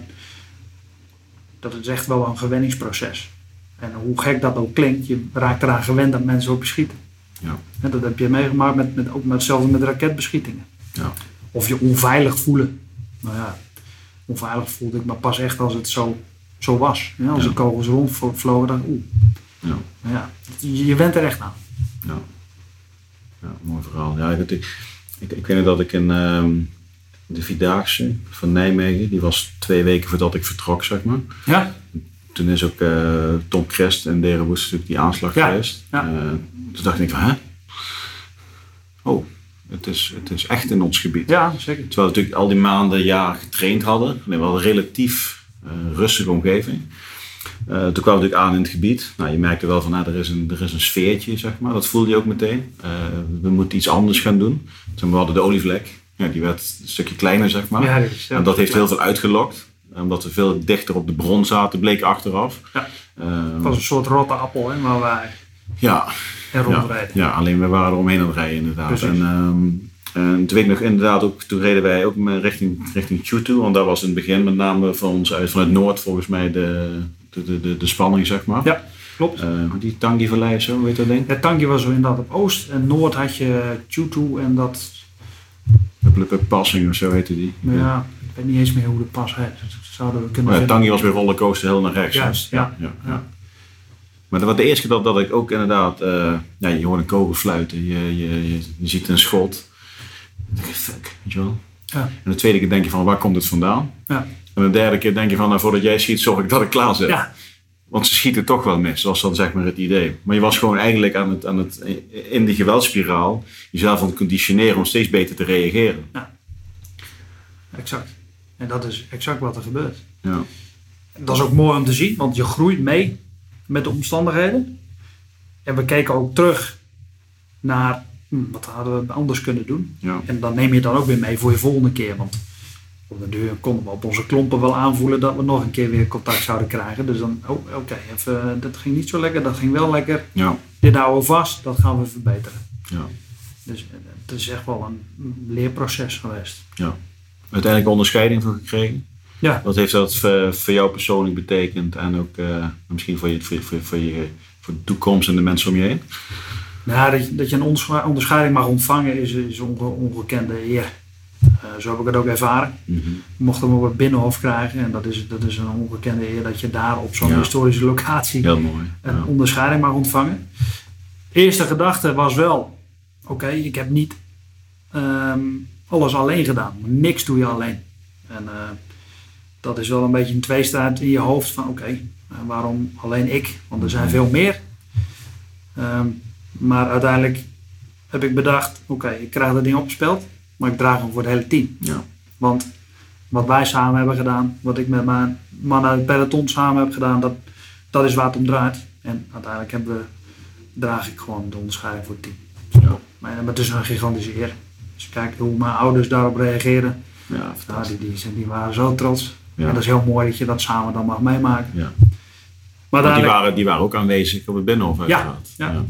dat is echt wel een gewenningsproces. En hoe gek dat ook klinkt, je raakt eraan gewend dat mensen op je schieten. Ja. En dat heb je meegemaakt, met, met, ook met hetzelfde met raketbeschietingen. Ja. Of je onveilig voelen. Nou ja, onveilig voelde ik me pas echt als het zo, zo was. Ja, als ja. de kogels rondvlogen, dan oeh. Ja. Ja, je, je went er echt aan. Ja, ja mooi verhaal. Ja, ik, ik, ik, ik weet dat ik in um, de Vierdaagse van Nijmegen, die was twee weken voordat ik vertrok, zeg maar. Ja. Toen is ook uh, Tom Christ en Derenwoest natuurlijk die aanslag ja. geweest. Ja. Uh, toen dacht ik van, hè? Oh, het is, het is echt in ons gebied. Ja, zeker. Terwijl we natuurlijk al die maanden, jaar getraind hadden. We hadden een relatief uh, rustige omgeving. Uh, toen kwamen we natuurlijk aan in het gebied. Nou, je merkte wel van, nou, er, is een, er is een sfeertje, zeg maar. Dat voelde je ook meteen. Uh, we moeten iets anders gaan doen. Toen we hadden de olievlek. Ja, die werd een stukje kleiner, zeg maar. Ja, dat is, ja. En dat heeft heel veel uitgelokt. Omdat we veel dichter op de bron zaten, bleek achteraf. Ja. Uh, het was een soort rotte appel, hè, waar wij ja, er rondrijden. Ja, ja, alleen we waren er omheen aan het rijden, inderdaad. En, um, en toen weet ik nog inderdaad ook, toen reden wij ook richting, richting Tutu. Want daar was in het begin met name van ons uit, vanuit Noord volgens mij de, de, de, de, de spanning, zeg maar. Ja, klopt. Uh, die Tangi-vallei of zo, weet je dat ding? Ja, Tangi was zo inderdaad op Oost. En Noord had je Tutu en dat... De Passing of zo heette die. Ja, ja, ik weet niet eens meer hoe de pas heet. Zouden we kunnen maar ja, Tangi was weer rollercoaster heel naar rechts. Juist, ja. Ja, ja, ja. Maar dat was de eerste keer dat, dat ik ook inderdaad... Uh, ja, je hoort een kogel fluiten. Je, je, je, je ziet een schot. Dan denk je, fuck, weet je wel. Ja. En de tweede keer denk je van, waar komt het vandaan? Ja. En de derde keer denk je van, nou, voordat jij schiet, zorg ik dat ik klaar zit. Ja. Want ze schieten toch wel mis, zoals dan zeg maar het idee. Maar je was gewoon eigenlijk aan het, aan het in die geweldspiraal jezelf aan het conditioneren om steeds beter te reageren. Ja. exact. En dat is exact wat er gebeurt. Ja. Dat is ook mooi om te zien, want je groeit mee met de omstandigheden. En we keken ook terug naar hm, wat hadden we anders kunnen doen. Ja. En dan neem je het dan ook weer mee voor je volgende keer. Want op de deur konden we op onze klompen wel aanvoelen dat we nog een keer weer contact zouden krijgen. Dus dan, oh oké, okay, even, dat ging niet zo lekker, dat ging wel lekker. Ja. Dit houden we vast, dat gaan we verbeteren. Ja. Dus het is echt wel een leerproces geweest. Ja. Uiteindelijk onderscheiding voor gekregen. Ja. Wat heeft dat voor, voor jou persoonlijk betekend en ook uh, misschien voor, je, voor, voor, voor, je, voor de toekomst en de mensen om je heen? Nou, dat, je, dat je een onderscheiding mag ontvangen is, is onge, ongekende eer. Uh, zo heb ik het ook ervaren. Mm-hmm. We mochten hem op het Binnenhof krijgen en dat is, dat is een ongekende eer dat je daar op zo'n ja. historische locatie Heel mooi. een Ja. onderscheiding mag ontvangen. Eerste gedachte was wel, oké, okay, ik heb niet um, alles alleen gedaan. Niks doe je alleen. En uh, dat is wel een beetje een tweestrijd in je hoofd van oké, okay, uh, waarom alleen ik? Want er zijn veel meer. Um, maar uiteindelijk heb ik bedacht, oké, okay, ik krijg dat ding opgespeeld, maar ik draag hem voor het hele team. Ja. Want wat wij samen hebben gedaan, wat ik met mijn man uit het peloton samen heb gedaan, dat, dat is waar het om draait. En uiteindelijk hebben we, draag ik gewoon de onderscheiding voor het team. Ja. Maar, maar het is een gigantische eer. Als je kijkt hoe mijn ouders daarop reageren, Ja, nou, die, die, die waren zo trots. Ja. En dat is heel mooi dat je dat samen dan mag meemaken. Ja. Maar Want die dadelijk- waren, die waren ook aanwezig op het Binnenhof uiteraard. ja. Ja.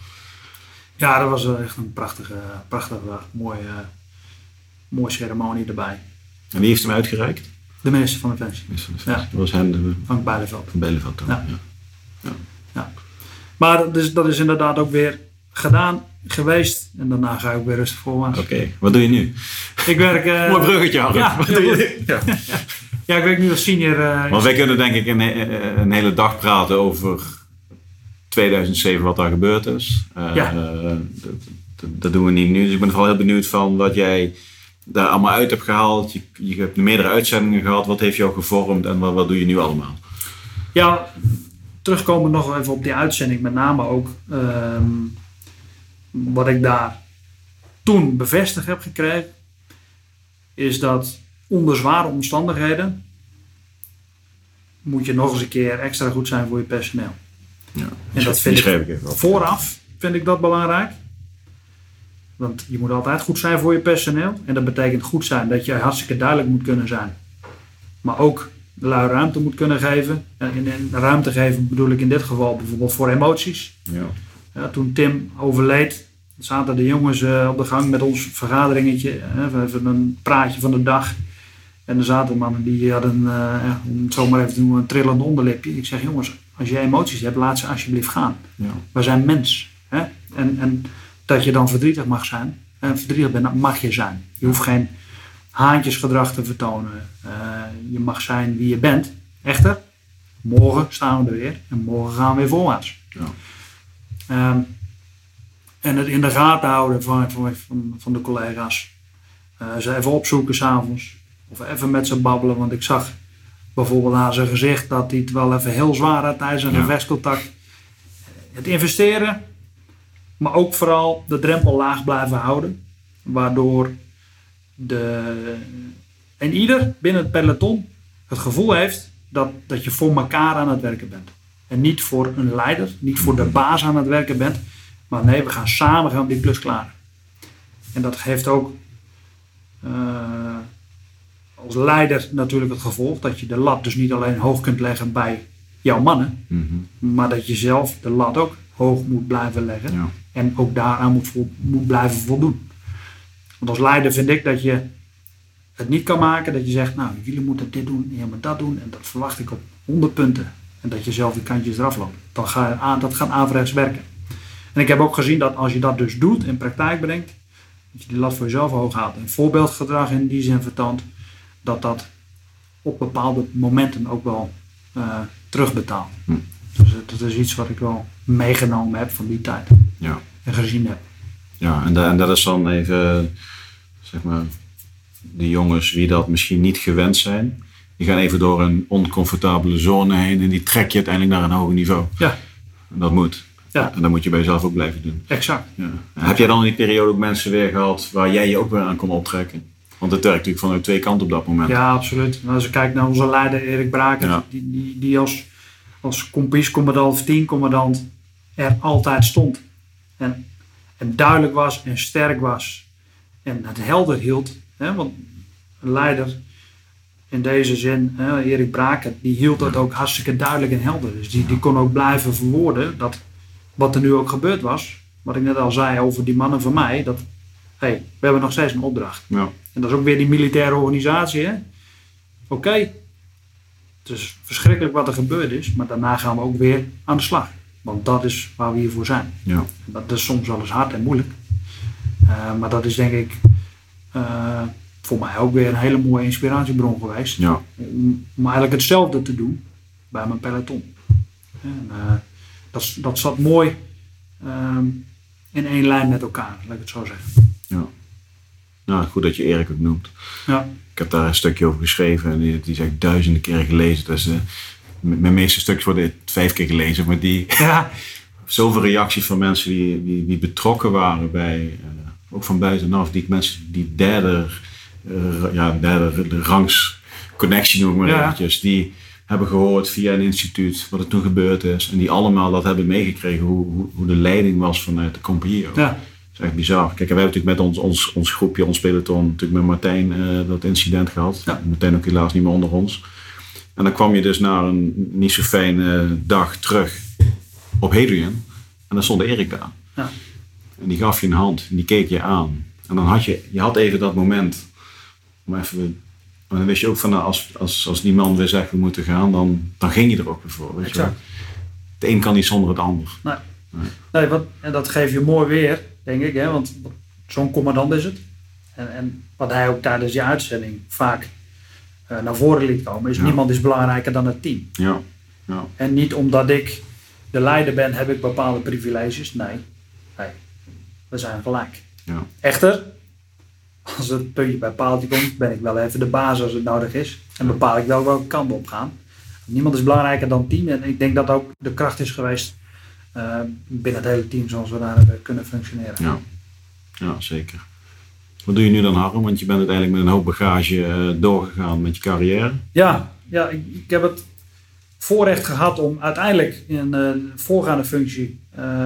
Ja, dat was echt een prachtige, prachtige dag. Mooie, uh, mooie ceremonie erbij. En wie heeft hem uitgereikt? De minister van Defensie, Ja. Dat was hem de, Frank Bijleveld. van Beleveld dan. Ja. Ja. Ja. Maar dat is, dat is inderdaad ook weer gedaan geweest. En daarna ga ik ook weer rustig voorwaarts. Oké, okay. Wat doe je nu? Ik werk... Uh, Mooi bruggetje, Harry. Ja, Wat doe je nu? Ja. ja, ik werk nu als senior... Uh, Want wij kunnen denk ik een, een hele dag praten over tweeduizend zeven, wat daar gebeurd is. Uh, Ja. uh, dat, dat, dat doen we niet nu. Dus ik ben vooral heel benieuwd van wat jij daar allemaal uit hebt gehaald. Je, je hebt meerdere uitzendingen gehad. Wat heeft jou gevormd en wat, wat doe je nu allemaal? Ja, terugkomen nog even op die uitzending. Met name ook um, wat ik daar toen bevestigd heb gekregen. Is dat onder zware omstandigheden moet je nog eens een keer extra goed zijn voor je personeel. Ja, En dat vind ik vooraf vind ik dat belangrijk. Want je moet altijd goed zijn voor je personeel. En dat betekent goed zijn dat je hartstikke duidelijk moet kunnen zijn. Maar ook lui ruimte moet kunnen geven. En, en ruimte geven bedoel ik in dit geval bijvoorbeeld voor emoties. Ja. Ja, toen Tim overleed, zaten de jongens uh, op de gang met ons vergaderingetje. Uh, even een praatje van de dag. En er zaten mannen die hadden, uh, om het zo maar even te noemen, een trillend onderlipje. Ik zeg, jongens, als je emoties hebt, laat ze alsjeblieft gaan. Ja. We zijn mens. Hè? En, en dat je dan verdrietig mag zijn. En verdrietig bent, mag je zijn. Je hoeft geen haantjesgedrag te vertonen. Uh, je mag zijn wie je bent. Echter, morgen staan we er weer. En morgen gaan we weer voorwaarts. Ja. Um, en het in de gaten houden van, van, van, van de collega's. Uh, ze even opzoeken s'avonds. Of even met ze babbelen. Want ik zag bijvoorbeeld aan zijn gezicht dat hij het wel even heel zwaar had tijdens een Ja. gevechtscontact. Het investeren. Maar ook vooral de drempel laag blijven houden. Waardoor de, en ieder binnen het peloton het gevoel heeft dat, dat je voor elkaar aan het werken bent. En niet voor een leider, niet voor de baas aan het werken bent. Maar nee, we gaan samen gaan die klus klaren. En dat heeft ook uh, als leider natuurlijk het gevolg dat je de lat dus niet alleen hoog kunt leggen bij jouw mannen. Mm-hmm. Maar dat je zelf de lat ook hoog moet blijven leggen. Ja. En ook daaraan moet, vo- moet blijven voldoen. Want als leider vind ik dat je het niet kan maken. Dat je zegt, nou jullie moeten dit doen en jij moet dat doen. En dat verwacht ik op honderd punten. En dat je zelf die kantjes eraf loopt. Dan ga je aan, dat gaat averechts werken. En ik heb ook gezien dat als je dat dus doet, in praktijk brengt. Dat je die lat voor jezelf hoog haalt. En voorbeeldgedrag in die zin vertoont. Dat dat op bepaalde momenten ook wel uh, terugbetaalt. Hm. Dus uh, dat is iets wat ik wel meegenomen heb van die tijd. Ja. En gezien heb. Ja, en, da- en dat is dan even, zeg maar, de jongens wie dat misschien niet gewend zijn. Die gaan even door een oncomfortabele zone heen en die trek je uiteindelijk naar een hoger niveau. Ja. En dat moet. Ja. En dat moet je bij jezelf ook blijven doen. Exact. Ja. Heb jij dan in die periode ook mensen weer gehad waar jij je ook weer aan kon optrekken? Want het werkt natuurlijk vanuit twee kanten op dat moment. Ja, absoluut. En als je kijkt naar onze leider Erik Braker, Ja. die, die, die als, als kompiescommandant of teamcommandant er altijd stond. En, en duidelijk was en sterk was. En het helder hield. Hè? Want een leider in deze zin, hè, Erik Braker, die hield dat ook hartstikke duidelijk en helder. Dus die, die kon ook blijven verwoorden dat wat er nu ook gebeurd was. Wat ik net al zei over die mannen van mij. Dat, hé, hey, we hebben nog steeds een opdracht. Ja. En dat is ook weer die militaire organisatie. Oké, okay. Het is verschrikkelijk wat er gebeurd is. Maar daarna gaan we ook weer aan de slag. Want dat is waar we hiervoor zijn. Ja. Dat is soms wel eens hard en moeilijk. Uh, maar dat is denk ik uh, voor mij ook weer een hele mooie inspiratiebron geweest. Ja. Om, om eigenlijk hetzelfde te doen bij mijn peloton. En, uh, dat, dat zat mooi uh, in één lijn met elkaar, laat ik het zo zeggen. Ja. Nou, goed dat je Erik ook noemt. Ja. Ik heb daar een stukje over geschreven en die, die is echt duizenden keren gelezen. Dus, uh, mijn meeste stukjes worden vijf keer gelezen, maar die... Ja. Zoveel reacties van mensen die, die, die betrokken waren bij, uh, ook van buitenaf, die mensen die derde, uh, ja, derde de rangs connectie noem ik maar Ja. eventjes, die hebben gehoord via een instituut wat er toen gebeurd is en die allemaal dat hebben meegekregen hoe, hoe, hoe de leiding was vanuit de compagnie. Ja. Dat is echt bizar. Kijk, we hebben natuurlijk met ons, ons, ons groepje, ons peloton, natuurlijk met Martijn uh, dat incident gehad. Ja. Martijn ook helaas niet meer onder ons. En dan kwam je dus na een niet zo fijne dag terug op Hadrian. En dan stond Erik daar. Ja. En die gaf je een hand. En die keek je aan. En dan had je, je had even dat moment. Om even, en dan wist je ook van, nou, als, als, als die man weer zegt we moeten gaan, dan, dan ging je er ook weer voor. Weet je wel. Exact. Het een kan niet zonder het ander. Nee. Nee. Nee, wat, en dat geeft je mooi weer, denk ik. Hè? Want zo'n commandant is het. En, en wat hij ook tijdens die uitzending vaak uh, naar voren liet komen, is Ja. niemand is belangrijker dan het team. Ja. Ja. En niet omdat ik de leider ben, heb ik bepaalde privileges. Nee, nee. We zijn gelijk. Ja. Echter, als het puntje bij paaltje komt, ben ik wel even de baas als het nodig is. En bepaal ik wel welke kant op gaan. Niemand is belangrijker dan het team. En ik denk dat ook de kracht is geweest uh, binnen het hele team zoals we daar hebben kunnen functioneren. Ja. Ja, zeker. Wat doe je nu dan, Harm? Want je bent uiteindelijk met een hoop bagage uh, doorgegaan met je carrière. Ja, ja ik, ik heb het voorrecht gehad om uiteindelijk in een uh, voorgaande functie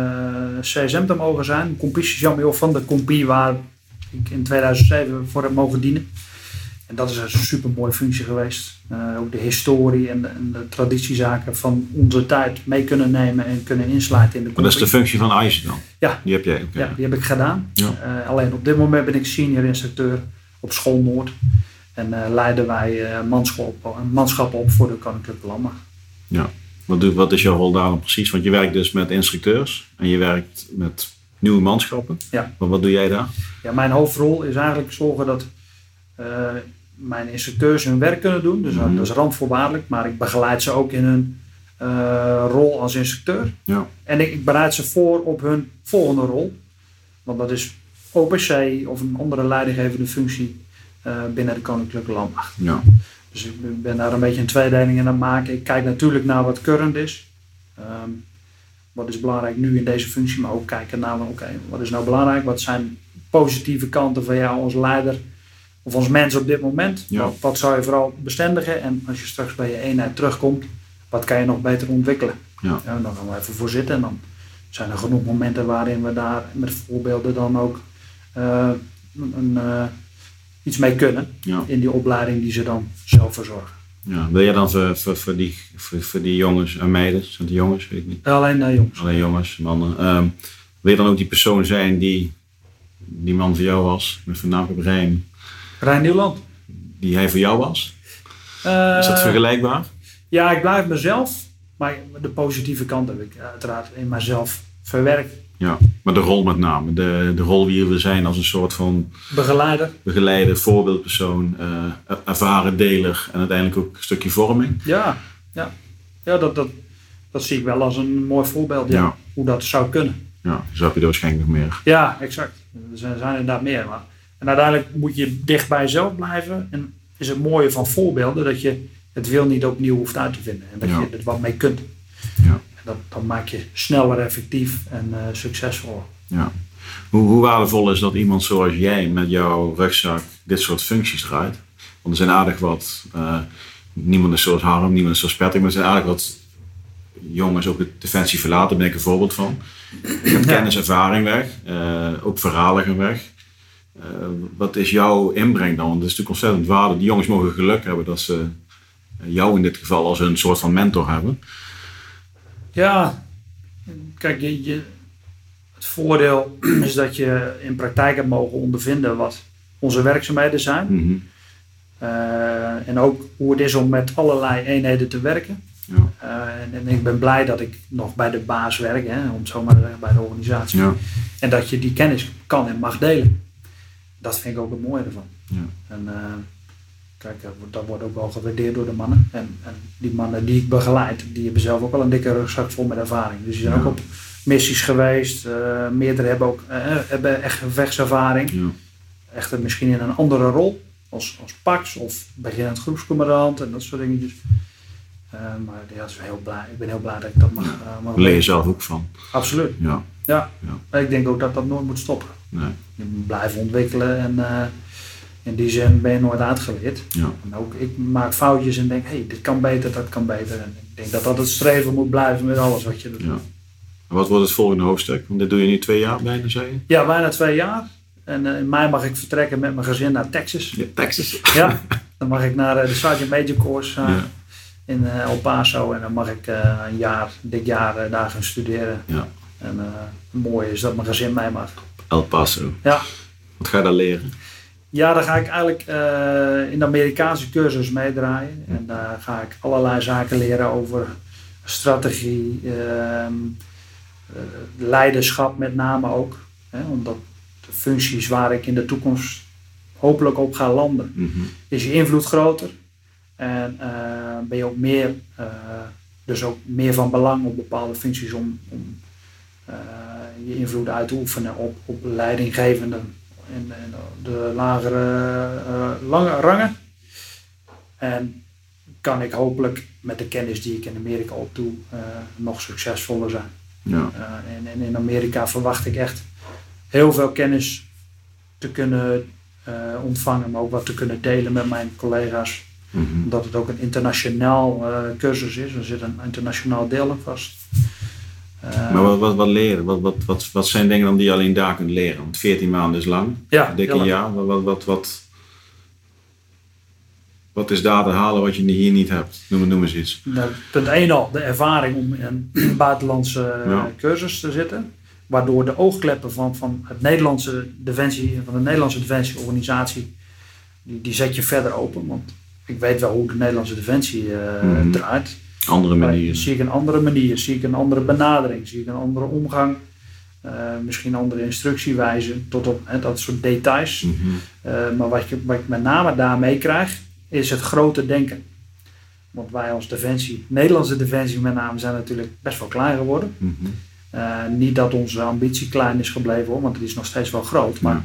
uh, C S M te mogen zijn. Compie-sergeant van de compie waar ik in tweeduizend zeven voor heb mogen dienen. En dat is een super mooie functie geweest. Uh, ook de historie en de, en de traditiezaken van onze tijd mee kunnen nemen en kunnen insluiten in de compie. Maar dat is de functie van I C E dan? Ja. Die heb jij ook. Ja, die heb ik gedaan. Ja. Uh, alleen op dit moment ben ik senior instructeur op School Noord. En uh, leiden wij uh, manschap, manschap op voor de Koninklijke Landmacht. Ja. Wat, doe, wat is jouw rol daar dan precies? Want je werkt dus met instructeurs en je werkt met nieuwe manschappen. Ja. Maar wat doe jij daar? Ja, mijn hoofdrol is eigenlijk zorgen dat uh, mijn instructeurs hun werk kunnen doen. Dus Mm-hmm. dat is randvoorwaardelijk. Maar ik begeleid ze ook in hun uh, rol als instructeur. Ja. En ik, ik bereid ze voor op hun volgende rol. Want dat is O P C of een andere leidinggevende functie uh, binnen de Koninklijke Landmacht. Ja. Dus ik ben daar een beetje een tweedeling in aan het maken. Ik kijk natuurlijk naar wat current is. Um, wat is belangrijk nu in deze functie, maar ook kijken naar oké, okay, wat is nou belangrijk? Wat zijn positieve kanten van jou als leider of als mens op dit moment? Ja. Wat, wat zou je vooral bestendigen? En als je straks bij je eenheid terugkomt, wat kan je nog beter ontwikkelen? Ja. Ja, dan gaan we even voor zitten en dan zijn er genoeg momenten waarin we daar met voorbeelden dan ook uh, een, uh, iets mee kunnen Ja. in die opleiding die ze dan zelf verzorgen. Ja. Wil jij dan voor, voor, voor, die, voor, voor die jongens en meiden, zijn het jongens, weet ik niet, Alleen uh, jongens. alleen jongens, mannen, um, wil je dan ook die persoon zijn die die man voor jou was, met voornamelijk Rijn, Rijn Nieuwland. die hij voor jou was? Uh, Is dat vergelijkbaar? Ja, ik blijf mezelf, maar de positieve kant heb ik uiteraard in mezelf verwerkt. Ja, maar de rol met name, de, de rol wie we zijn als een soort van Begeleider. begeleider, voorbeeldpersoon, uh, ervaren deler en uiteindelijk ook een stukje vorming. Ja, ja. ja dat, dat, dat zie ik wel als een mooi voorbeeld, ja, Ja. hoe dat zou kunnen. Ja, zo heb je er waarschijnlijk nog meer. Ja, exact. Er zijn, zijn inderdaad meer. Maar. En uiteindelijk moet je dicht bij jezelf blijven. En is het mooie van voorbeelden dat je het wil niet opnieuw hoeft uit te vinden. En dat Ja. je er wat mee kunt. Ja. En dat, dat maakt je sneller effectief en uh, succesvol. Ja. Hoe, hoe waardevol is dat iemand zoals jij met jouw rugzak dit soort functies draait? Want er zijn aardig wat, uh, niemand is zoals Harm, niemand is zoals Patrick, maar er zijn aardig wat jongens ook de Defensie verlaten, daar ben ik een voorbeeld van. Je hebt kennis, ervaring weg, uh, ook verhalen gaan weg. Uh, wat is jouw inbreng dan? Want het is natuurlijk ontzettend waarde. Die jongens mogen geluk hebben dat ze jou in dit geval als een soort van mentor hebben. Ja, kijk, je, je, het voordeel is dat je in praktijk hebt mogen ondervinden wat onze werkzaamheden zijn. Mm-hmm. Uh, en ook hoe het is om met allerlei eenheden te werken. Ja. Uh, en, en ik ben blij dat ik nog bij de baas werk, hè, om het zo maar te zeggen, bij de organisatie. Ja. En dat je die kennis kan en mag delen. Dat vind ik ook het mooie ervan. Ja. En uh, kijk, dat wordt ook wel gewaardeerd door de mannen. En, en die mannen die ik begeleid, die hebben zelf ook wel een dikke rugzak vol met ervaring. Dus die zijn ja. ook op missies geweest. Uh, meerdere hebben ook uh, hebben echt gevechtservaring. Ja. Echt misschien in een andere rol. Als, als Pax of beginnend groepscommandant en dat soort dingetjes. Uh, maar ja, dat is heel blij. Ik ben heel blij dat ik dat mag. Uh, mag Leer je zelf ook van. Absoluut. Ja. Ja. Ja. Ik denk ook dat dat nooit moet stoppen. Nee. Je moet blijven ontwikkelen en uh, in die zin ben je nooit uitgeleerd. Ja. En ook ik maak foutjes en denk, hé, hey, dit kan beter, dat kan beter. En ik denk dat dat het streven moet blijven met alles wat je doet. Ja. En wat wordt het volgende hoofdstuk? Want dit doe je nu twee jaar bijna, zei je? Ja, bijna twee jaar. En uh, in mei mag ik vertrekken met mijn gezin naar Texas. Ja, Texas? Ja, dan mag ik naar uh, de Sergeant Major Course uh, ja. in uh, El Paso. En dan mag ik uh, een jaar, dit jaar uh, daar gaan studeren. Ja. En uh, het mooie is dat mijn gezin mee mag. El Paso. Ja. Wat ga je daar leren? Ja, dan ga ik eigenlijk uh, in de Amerikaanse cursus meedraaien. En daar ga ik allerlei zaken leren over strategie, uh, uh, leiderschap met name ook. Hè, omdat de functies waar ik in de toekomst hopelijk op ga landen, Mm-hmm. is je invloed groter. En uh, ben je ook meer, uh, dus ook meer van belang op bepaalde functies om, om uh, je invloed uit te oefenen op, op leidinggevenden en, en de lagere uh, lange rangen. En kan ik hopelijk met de kennis die ik in Amerika opdoe uh, nog succesvoller zijn. Ja. Uh, en, en in Amerika verwacht ik echt heel veel kennis te kunnen uh, ontvangen, maar ook wat te kunnen delen met mijn collega's. Mm-hmm. Omdat het ook een internationaal uh, cursus is. Er zit een internationaal deel aan vast. Uh, maar wat, wat, wat leren? Wat, wat, wat, wat zijn dingen dan die je alleen daar kunt leren? Want veertien maanden is lang. Ja, dik een jaar. Wat, wat, wat, wat, wat is daar te halen wat je hier niet hebt? Noem, noem eens iets. Nou, punt één al, de ervaring om in een buitenlandse ja. cursus te zitten. Waardoor de oogkleppen van, van, het Nederlandse defensie, van de Nederlandse defensieorganisatie, die, die zet je verder open. Want ik weet wel hoe de Nederlandse defensie uh, mm-hmm. draait. Andere manieren. Zie ik een andere manier, zie ik een andere benadering, zie ik een andere omgang. Uh, misschien andere instructiewijze tot op hè, dat soort details. Mm-hmm. Uh, maar wat, je, wat ik met name daar meekrijg, is het grote denken. Want wij als defensie, Nederlandse defensie met name, zijn natuurlijk best wel klein geworden. Mm-hmm. Uh, niet dat onze ambitie klein is gebleven hoor, want het is nog steeds wel groot. Maar ja.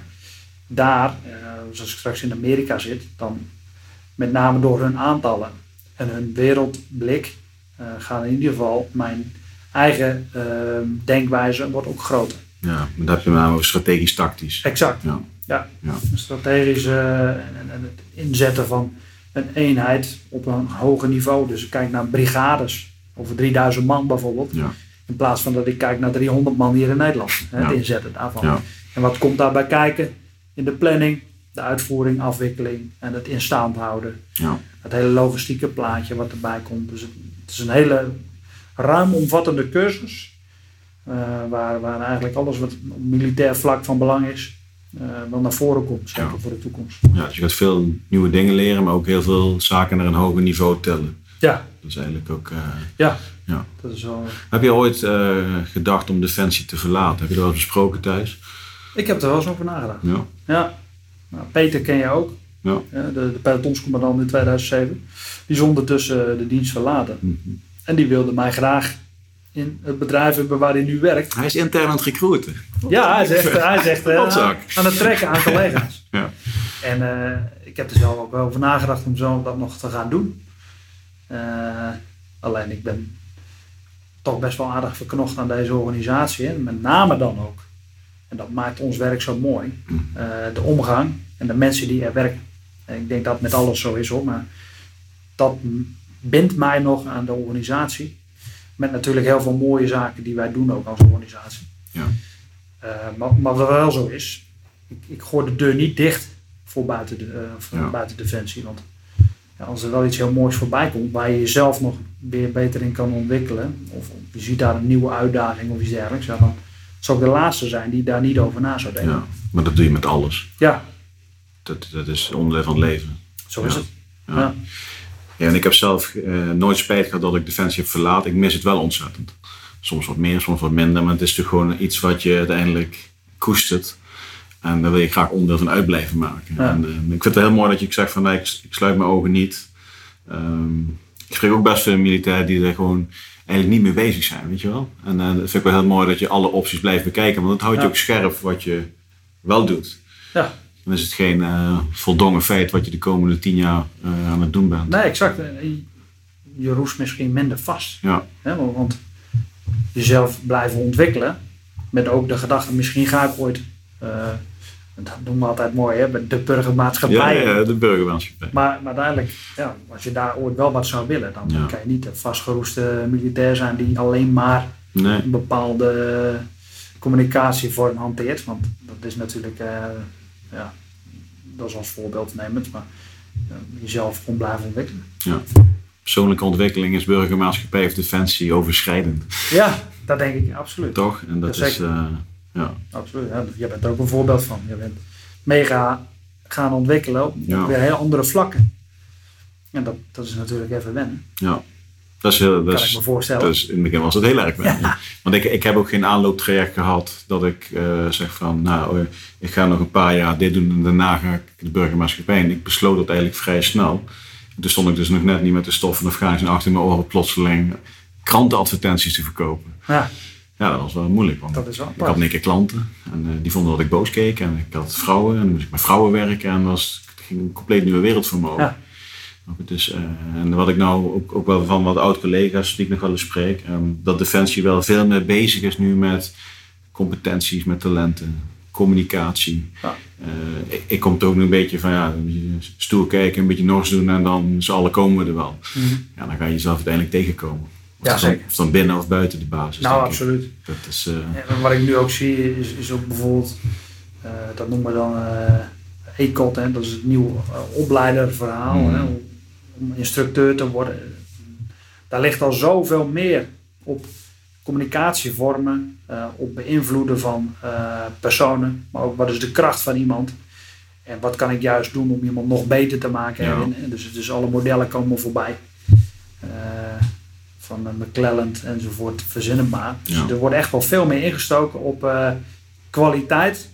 daar, uh, zoals ik straks in Amerika zit, dan met name door hun aantallen en hun wereldblik uh, gaat in ieder geval mijn eigen uh, denkwijze wordt ook groter. Ja, dat heb je met name over strategisch tactisch. Exact. Ja. Ja. Ja. Strategisch uh, en, en het inzetten van een eenheid op een hoger niveau. Dus ik kijk naar brigades over drieduizend man bijvoorbeeld. Ja. In plaats van dat ik kijk naar driehonderd man hier in Nederland. Hè, ja. Het inzetten daarvan. Ja. En wat komt daarbij kijken? In de planning, de uitvoering, afwikkeling en het in stand houden. Ja. Het hele logistieke plaatje wat erbij komt. Dus het, het is een hele ruim omvattende cursus. Uh, waar, waar eigenlijk alles wat op militair vlak van belang is, uh, wel naar voren komt. Zeker ja. voor de toekomst. Ja, dus je gaat veel nieuwe dingen leren, maar ook heel veel zaken naar een hoger niveau tillen. Ja. Dat is eigenlijk ook... Uh, ja. ja. Dat is wel... Heb je ooit uh, gedacht om Defensie te verlaten? Heb je dat wel eens besproken thuis? Ik heb er wel eens over nagedacht. Ja. Ja. Nou, Peter ken je ook. Ja. De, de pelotonscommandant in tweeduizend zeven. Die is ondertussen de dienst verlaten. Mm-hmm. En die wilde mij graag in het bedrijf hebben waar hij nu werkt. Hij is intern aan het recruiten. Ja, hij zegt, hij zegt uh, aan, aan het trekken aan collega's. Ja. En uh, ik heb er zelf ook wel over nagedacht om zo dat nog te gaan doen. Uh, alleen ik ben toch best wel aardig verknocht aan deze organisatie. En met name dan ook En dat maakt ons werk zo mooi. Uh, de omgang en de mensen die er werken. En ik denk dat het met alles zo is hoor. Maar dat bindt mij nog aan de organisatie. Met natuurlijk heel veel mooie zaken die wij doen ook als organisatie. Ja. Uh, maar, maar wat wel zo is. Ik, ik gooi de deur niet dicht voor buiten, de, uh, voor ja. buiten Defensie. Want ja, als er wel iets heel moois voorbij komt. Waar je jezelf nog weer beter in kan ontwikkelen. Of je ziet daar een nieuwe uitdaging of iets dergelijks. Ja, dan zou ik de laatste zijn die daar niet over na zou denken. Ja, maar dat doe je met alles. Ja. Dat, dat is onderdeel van het leven. Zo is ja. het. Ja. Ja. Ja, en ik heb zelf uh, nooit spijt gehad dat ik Defensie heb verlaten. Ik mis het wel ontzettend. Soms wat meer, soms wat minder. Maar het is natuurlijk gewoon iets wat je uiteindelijk koestert. En daar wil je graag onderdeel van uit blijven maken. Ja. En, uh, ik vind het heel mooi dat je zegt van nee, ik, ik sluit mijn ogen niet. Um, ik spreek ook best veel militairen die er gewoon eigenlijk niet mee bezig zijn, weet je wel. En uh, dat vind ik wel heel mooi dat je alle opties blijft bekijken. Want dat houdt je ja. ook scherp wat je wel doet. Ja. Dan is het geen uh, voldongen feit wat je de komende tien jaar uh, aan het doen bent. Nee, exact. Je roest misschien minder vast. Ja. Hè, want jezelf blijven ontwikkelen. Met ook de gedachte, misschien ga ik ooit... Uh, dat doen we altijd mooi, hè, de burgermaatschappij. Ja, ja, de burgermaatschappij. Maar, maar uiteindelijk, ja, als je daar ooit wel wat zou willen, dan ja. kan je niet een vastgeroeste militair zijn die alleen maar nee. een bepaalde communicatievorm hanteert. Want dat is natuurlijk, uh, ja, dat is als voorbeeld nemend, maar uh, jezelf gewoon blijven ontwikkelen. Ja. Persoonlijke ontwikkeling is burgermaatschappij of defensie overschrijdend. Ja, dat denk ik absoluut. Toch? En dat, dat is... Uh, ja. Absoluut. Ja. Je bent er ook een voorbeeld van. Je bent mega gaan ontwikkelen op ja. weer heel andere vlakken. En dat, dat is natuurlijk even wennen. Ja. Dat is heel, dat kan is, ik me voorstellen. Dus in het begin was het heel erg wennen. Ja. Want ik, ik heb ook geen aanlooptraject gehad dat ik uh, zeg van, nou, ik ga nog een paar jaar dit doen en daarna ga ik de burgermaatschappij in. Ik besloot dat eigenlijk vrij snel. En toen stond ik dus nog net niet met de stoffen of gaatjes achter mijn oren plotseling krantenadvertenties te verkopen. Ja. Ja, dat was wel moeilijk. Want dat is wel ik had een keer klanten en uh, die vonden dat ik boos keek. En ik had vrouwen en dan moest ik met vrouwen werken. En was, het ging een compleet nieuwe wereld voor me open. Ja. Dus, uh, en wat ik nou ook, ook wel van wat oud-collega's die ik nog wel eens spreek. Um, dat Defensie wel veel meer bezig is nu met competenties, met talenten, communicatie. Ja. Uh, ik, ik kom er ook nu een beetje van ja, een beetje stoer kijken, een beetje nors doen en dan z'n allen komen we er wel. Mm-hmm. Ja, dan ga je jezelf uiteindelijk tegenkomen. Of, ja, dan, of dan binnen of buiten de basis. Nou, absoluut. Dat is, uh... ja, wat ik nu ook zie is, is ook bijvoorbeeld, uh, dat noemen we dan uh, E C O T, hè, dat is het nieuwe uh, opleiderverhaal, mm. hè, om, om instructeur te worden. Daar ligt al zoveel meer op communicatievormen, uh, op beïnvloeden van uh, personen, maar ook wat is de kracht van iemand. En wat kan ik juist doen om iemand nog beter te maken. Ja. En, en dus, dus alle modellen komen voorbij. Uh, van uh, McClelland enzovoort, verzinnen maar. Dus ja. er wordt echt wel veel meer ingestoken op uh, kwaliteit.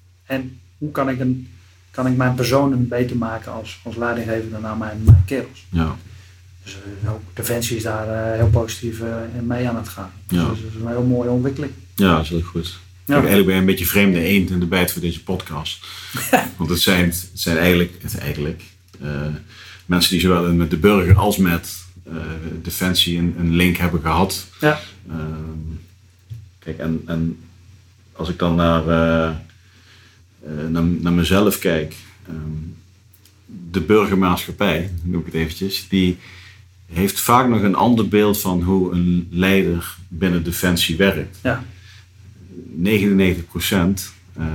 En hoe kan ik, een, kan ik mijn personen beter maken als, als leidinggevende naar mijn, mijn kerels. Ja. Dus uh, ook Defensie is daar uh, heel positief uh, in mee aan het gaan. Dus ja. dat is een heel mooie ontwikkeling. Ja, dat is heel goed. Ja. Kijk, eigenlijk ben je een beetje vreemde eend in de bijt voor deze podcast. Want het zijn, het zijn eigenlijk, het eigenlijk uh, mensen die zowel met de burger als met uh, Defensie een, een link hebben gehad. Ja. Uh, kijk, en, en als ik dan naar, uh, uh, naar, naar mezelf kijk, um, de burgermaatschappij, noem ik het eventjes, die heeft vaak nog een ander beeld van hoe een leider binnen Defensie werkt. Ja. negenennegentig procent uh,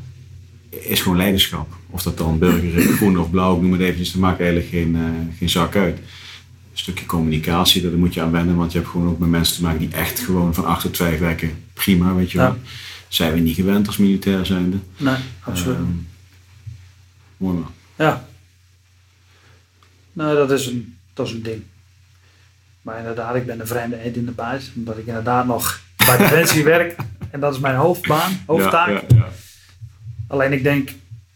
is gewoon leiderschap. Of dat dan burger, groen of blauw, noem het eventjes, dat maakt eigenlijk geen, uh, geen zak uit. Een stukje communicatie, daar moet je aan wennen, want je hebt gewoon ook met mensen te maken die echt gewoon van acht tot vijf werken. Prima, weet je wel. Ja. Zijn we niet gewend als militair zijnde. Nee, absoluut. Uh, mooi man. Ja. Nou, dat is een, dat is een ding. Maar inderdaad, ik ben een vreemde eend in de buis, omdat ik inderdaad nog bij Defensie werk. En dat is mijn hoofdbaan, hoofdtaak. Ja, ja, ja. Alleen ik denk,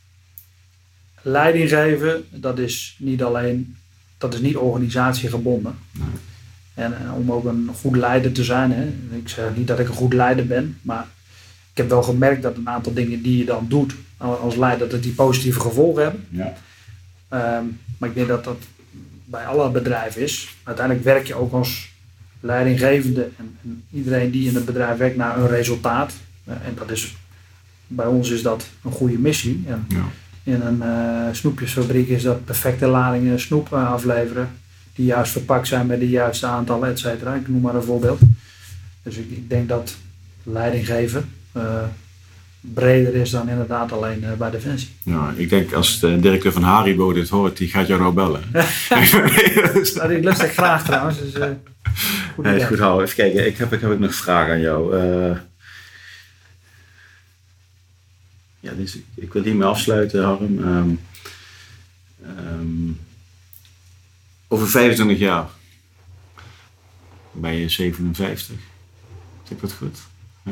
leiding geven, dat is niet alleen, dat is niet organisatiegebonden. Nee. En, en om ook een goed leider te zijn, hè. Ik zeg niet dat ik een goed leider ben, maar ik heb wel gemerkt dat een aantal dingen die je dan doet als leider, dat die positieve gevolgen hebben. Ja. Um, maar ik denk dat dat bij alle bedrijven is. Uiteindelijk werk je ook als leidinggevende en, en iedereen die in het bedrijf werkt naar een resultaat. Uh, en dat is bij ons is dat een goede missie. En Ja. in een uh, snoepjesfabriek is dat perfecte ladingen snoep uh, afleveren. Die juist verpakt zijn met de juiste aantallen, et cetera. Ik noem maar een voorbeeld. Dus ik, ik denk dat leiding geven uh, breder is dan inderdaad alleen uh, bij Defensie. Ja, ik denk als de directeur van Haribo dit hoort, die gaat jou nou bellen. Nou, die lust ik graag trouwens. Dus, uh, goed, hey, goed Harm. Even kijken, ik heb, ik heb ook nog een vraag aan jou. Uh, ja, dus ik, ik wil hiermee afsluiten, Harm. Um, um, over vijfentwintig jaar ben je zevenenvijftig. Zeg ik dat goed? Ja.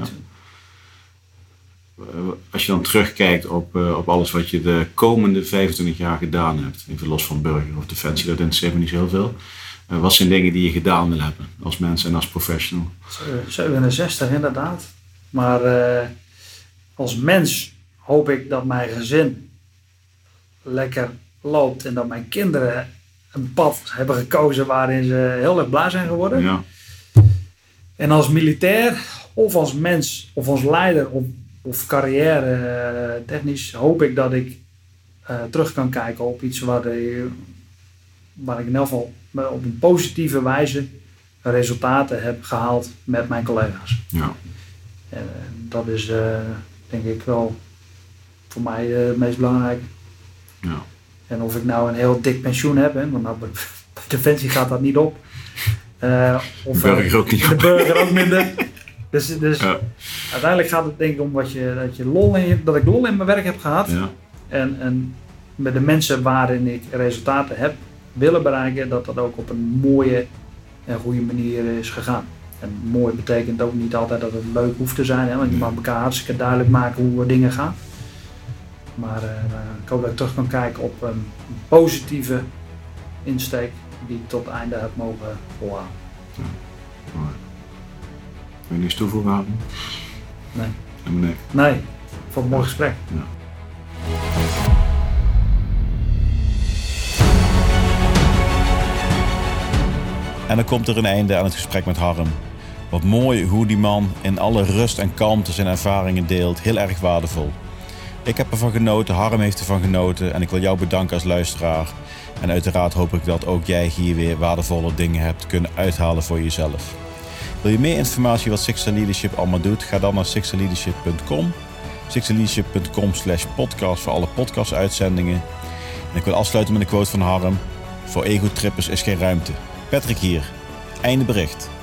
Als je dan terugkijkt op, uh, op alles wat je de komende vijfentwintig jaar gedaan hebt, even los van burger of defensie, dat interesseert me niet zo heel veel. Uh, wat zijn dingen die je gedaan wil hebben als mens en als professional? zevenenzestig inderdaad. Maar uh, als mens hoop ik dat mijn gezin lekker loopt en dat mijn kinderen een pad hebben gekozen waarin ze heel erg blij zijn geworden. Ja. En als militair of als mens of als leider of, of carrière uh, technisch hoop ik dat ik uh, terug kan kijken op iets waar, de, waar ik in ieder geval op een positieve wijze resultaten heb gehaald met mijn collega's. Ja. En uh, dat is uh, denk ik wel voor mij uh, het meest belangrijke. Ja. En of ik nou een heel dik pensioen heb, hè, want nou, bij Defensie gaat dat niet op. Uh, of de burger ook niet de op. burger ook minder. Dus, dus ja. uiteindelijk gaat het denk ik om wat je, dat, je lol in je, dat ik lol in mijn werk heb gehad. Ja. En, en met de mensen waarin ik resultaten heb willen bereiken, dat dat ook op een mooie en goede manier is gegaan. En mooi betekent ook niet altijd dat het leuk hoeft te zijn, hè, want je mag elkaar hartstikke duidelijk maken hoe dingen gaan. Maar uh, ik hoop dat ik terug kan kijken op een positieve insteek die ik tot het einde heb mogen volhouden. Ja. Mooi. Wil je niets toevoegen, Harm? Nee. Nee. Nee, voor een mooi gesprek. Ja. En dan komt er een einde aan het gesprek met Harm. Wat mooi hoe die man in alle rust en kalmte zijn ervaringen deelt. Heel erg waardevol. Ik heb ervan genoten, Harm heeft ervan genoten en ik wil jou bedanken als luisteraar. En uiteraard hoop ik dat ook jij hier weer waardevolle dingen hebt kunnen uithalen voor jezelf. Wil je meer informatie wat Sixten Leadership allemaal doet? Ga dan naar sixten leadership punt com. sixten leadership punt com slash podcast voor alle podcast-uitzendingen. En ik wil afsluiten met een quote van Harm. Voor ego-trippers is geen ruimte. Patrick hier. Einde bericht.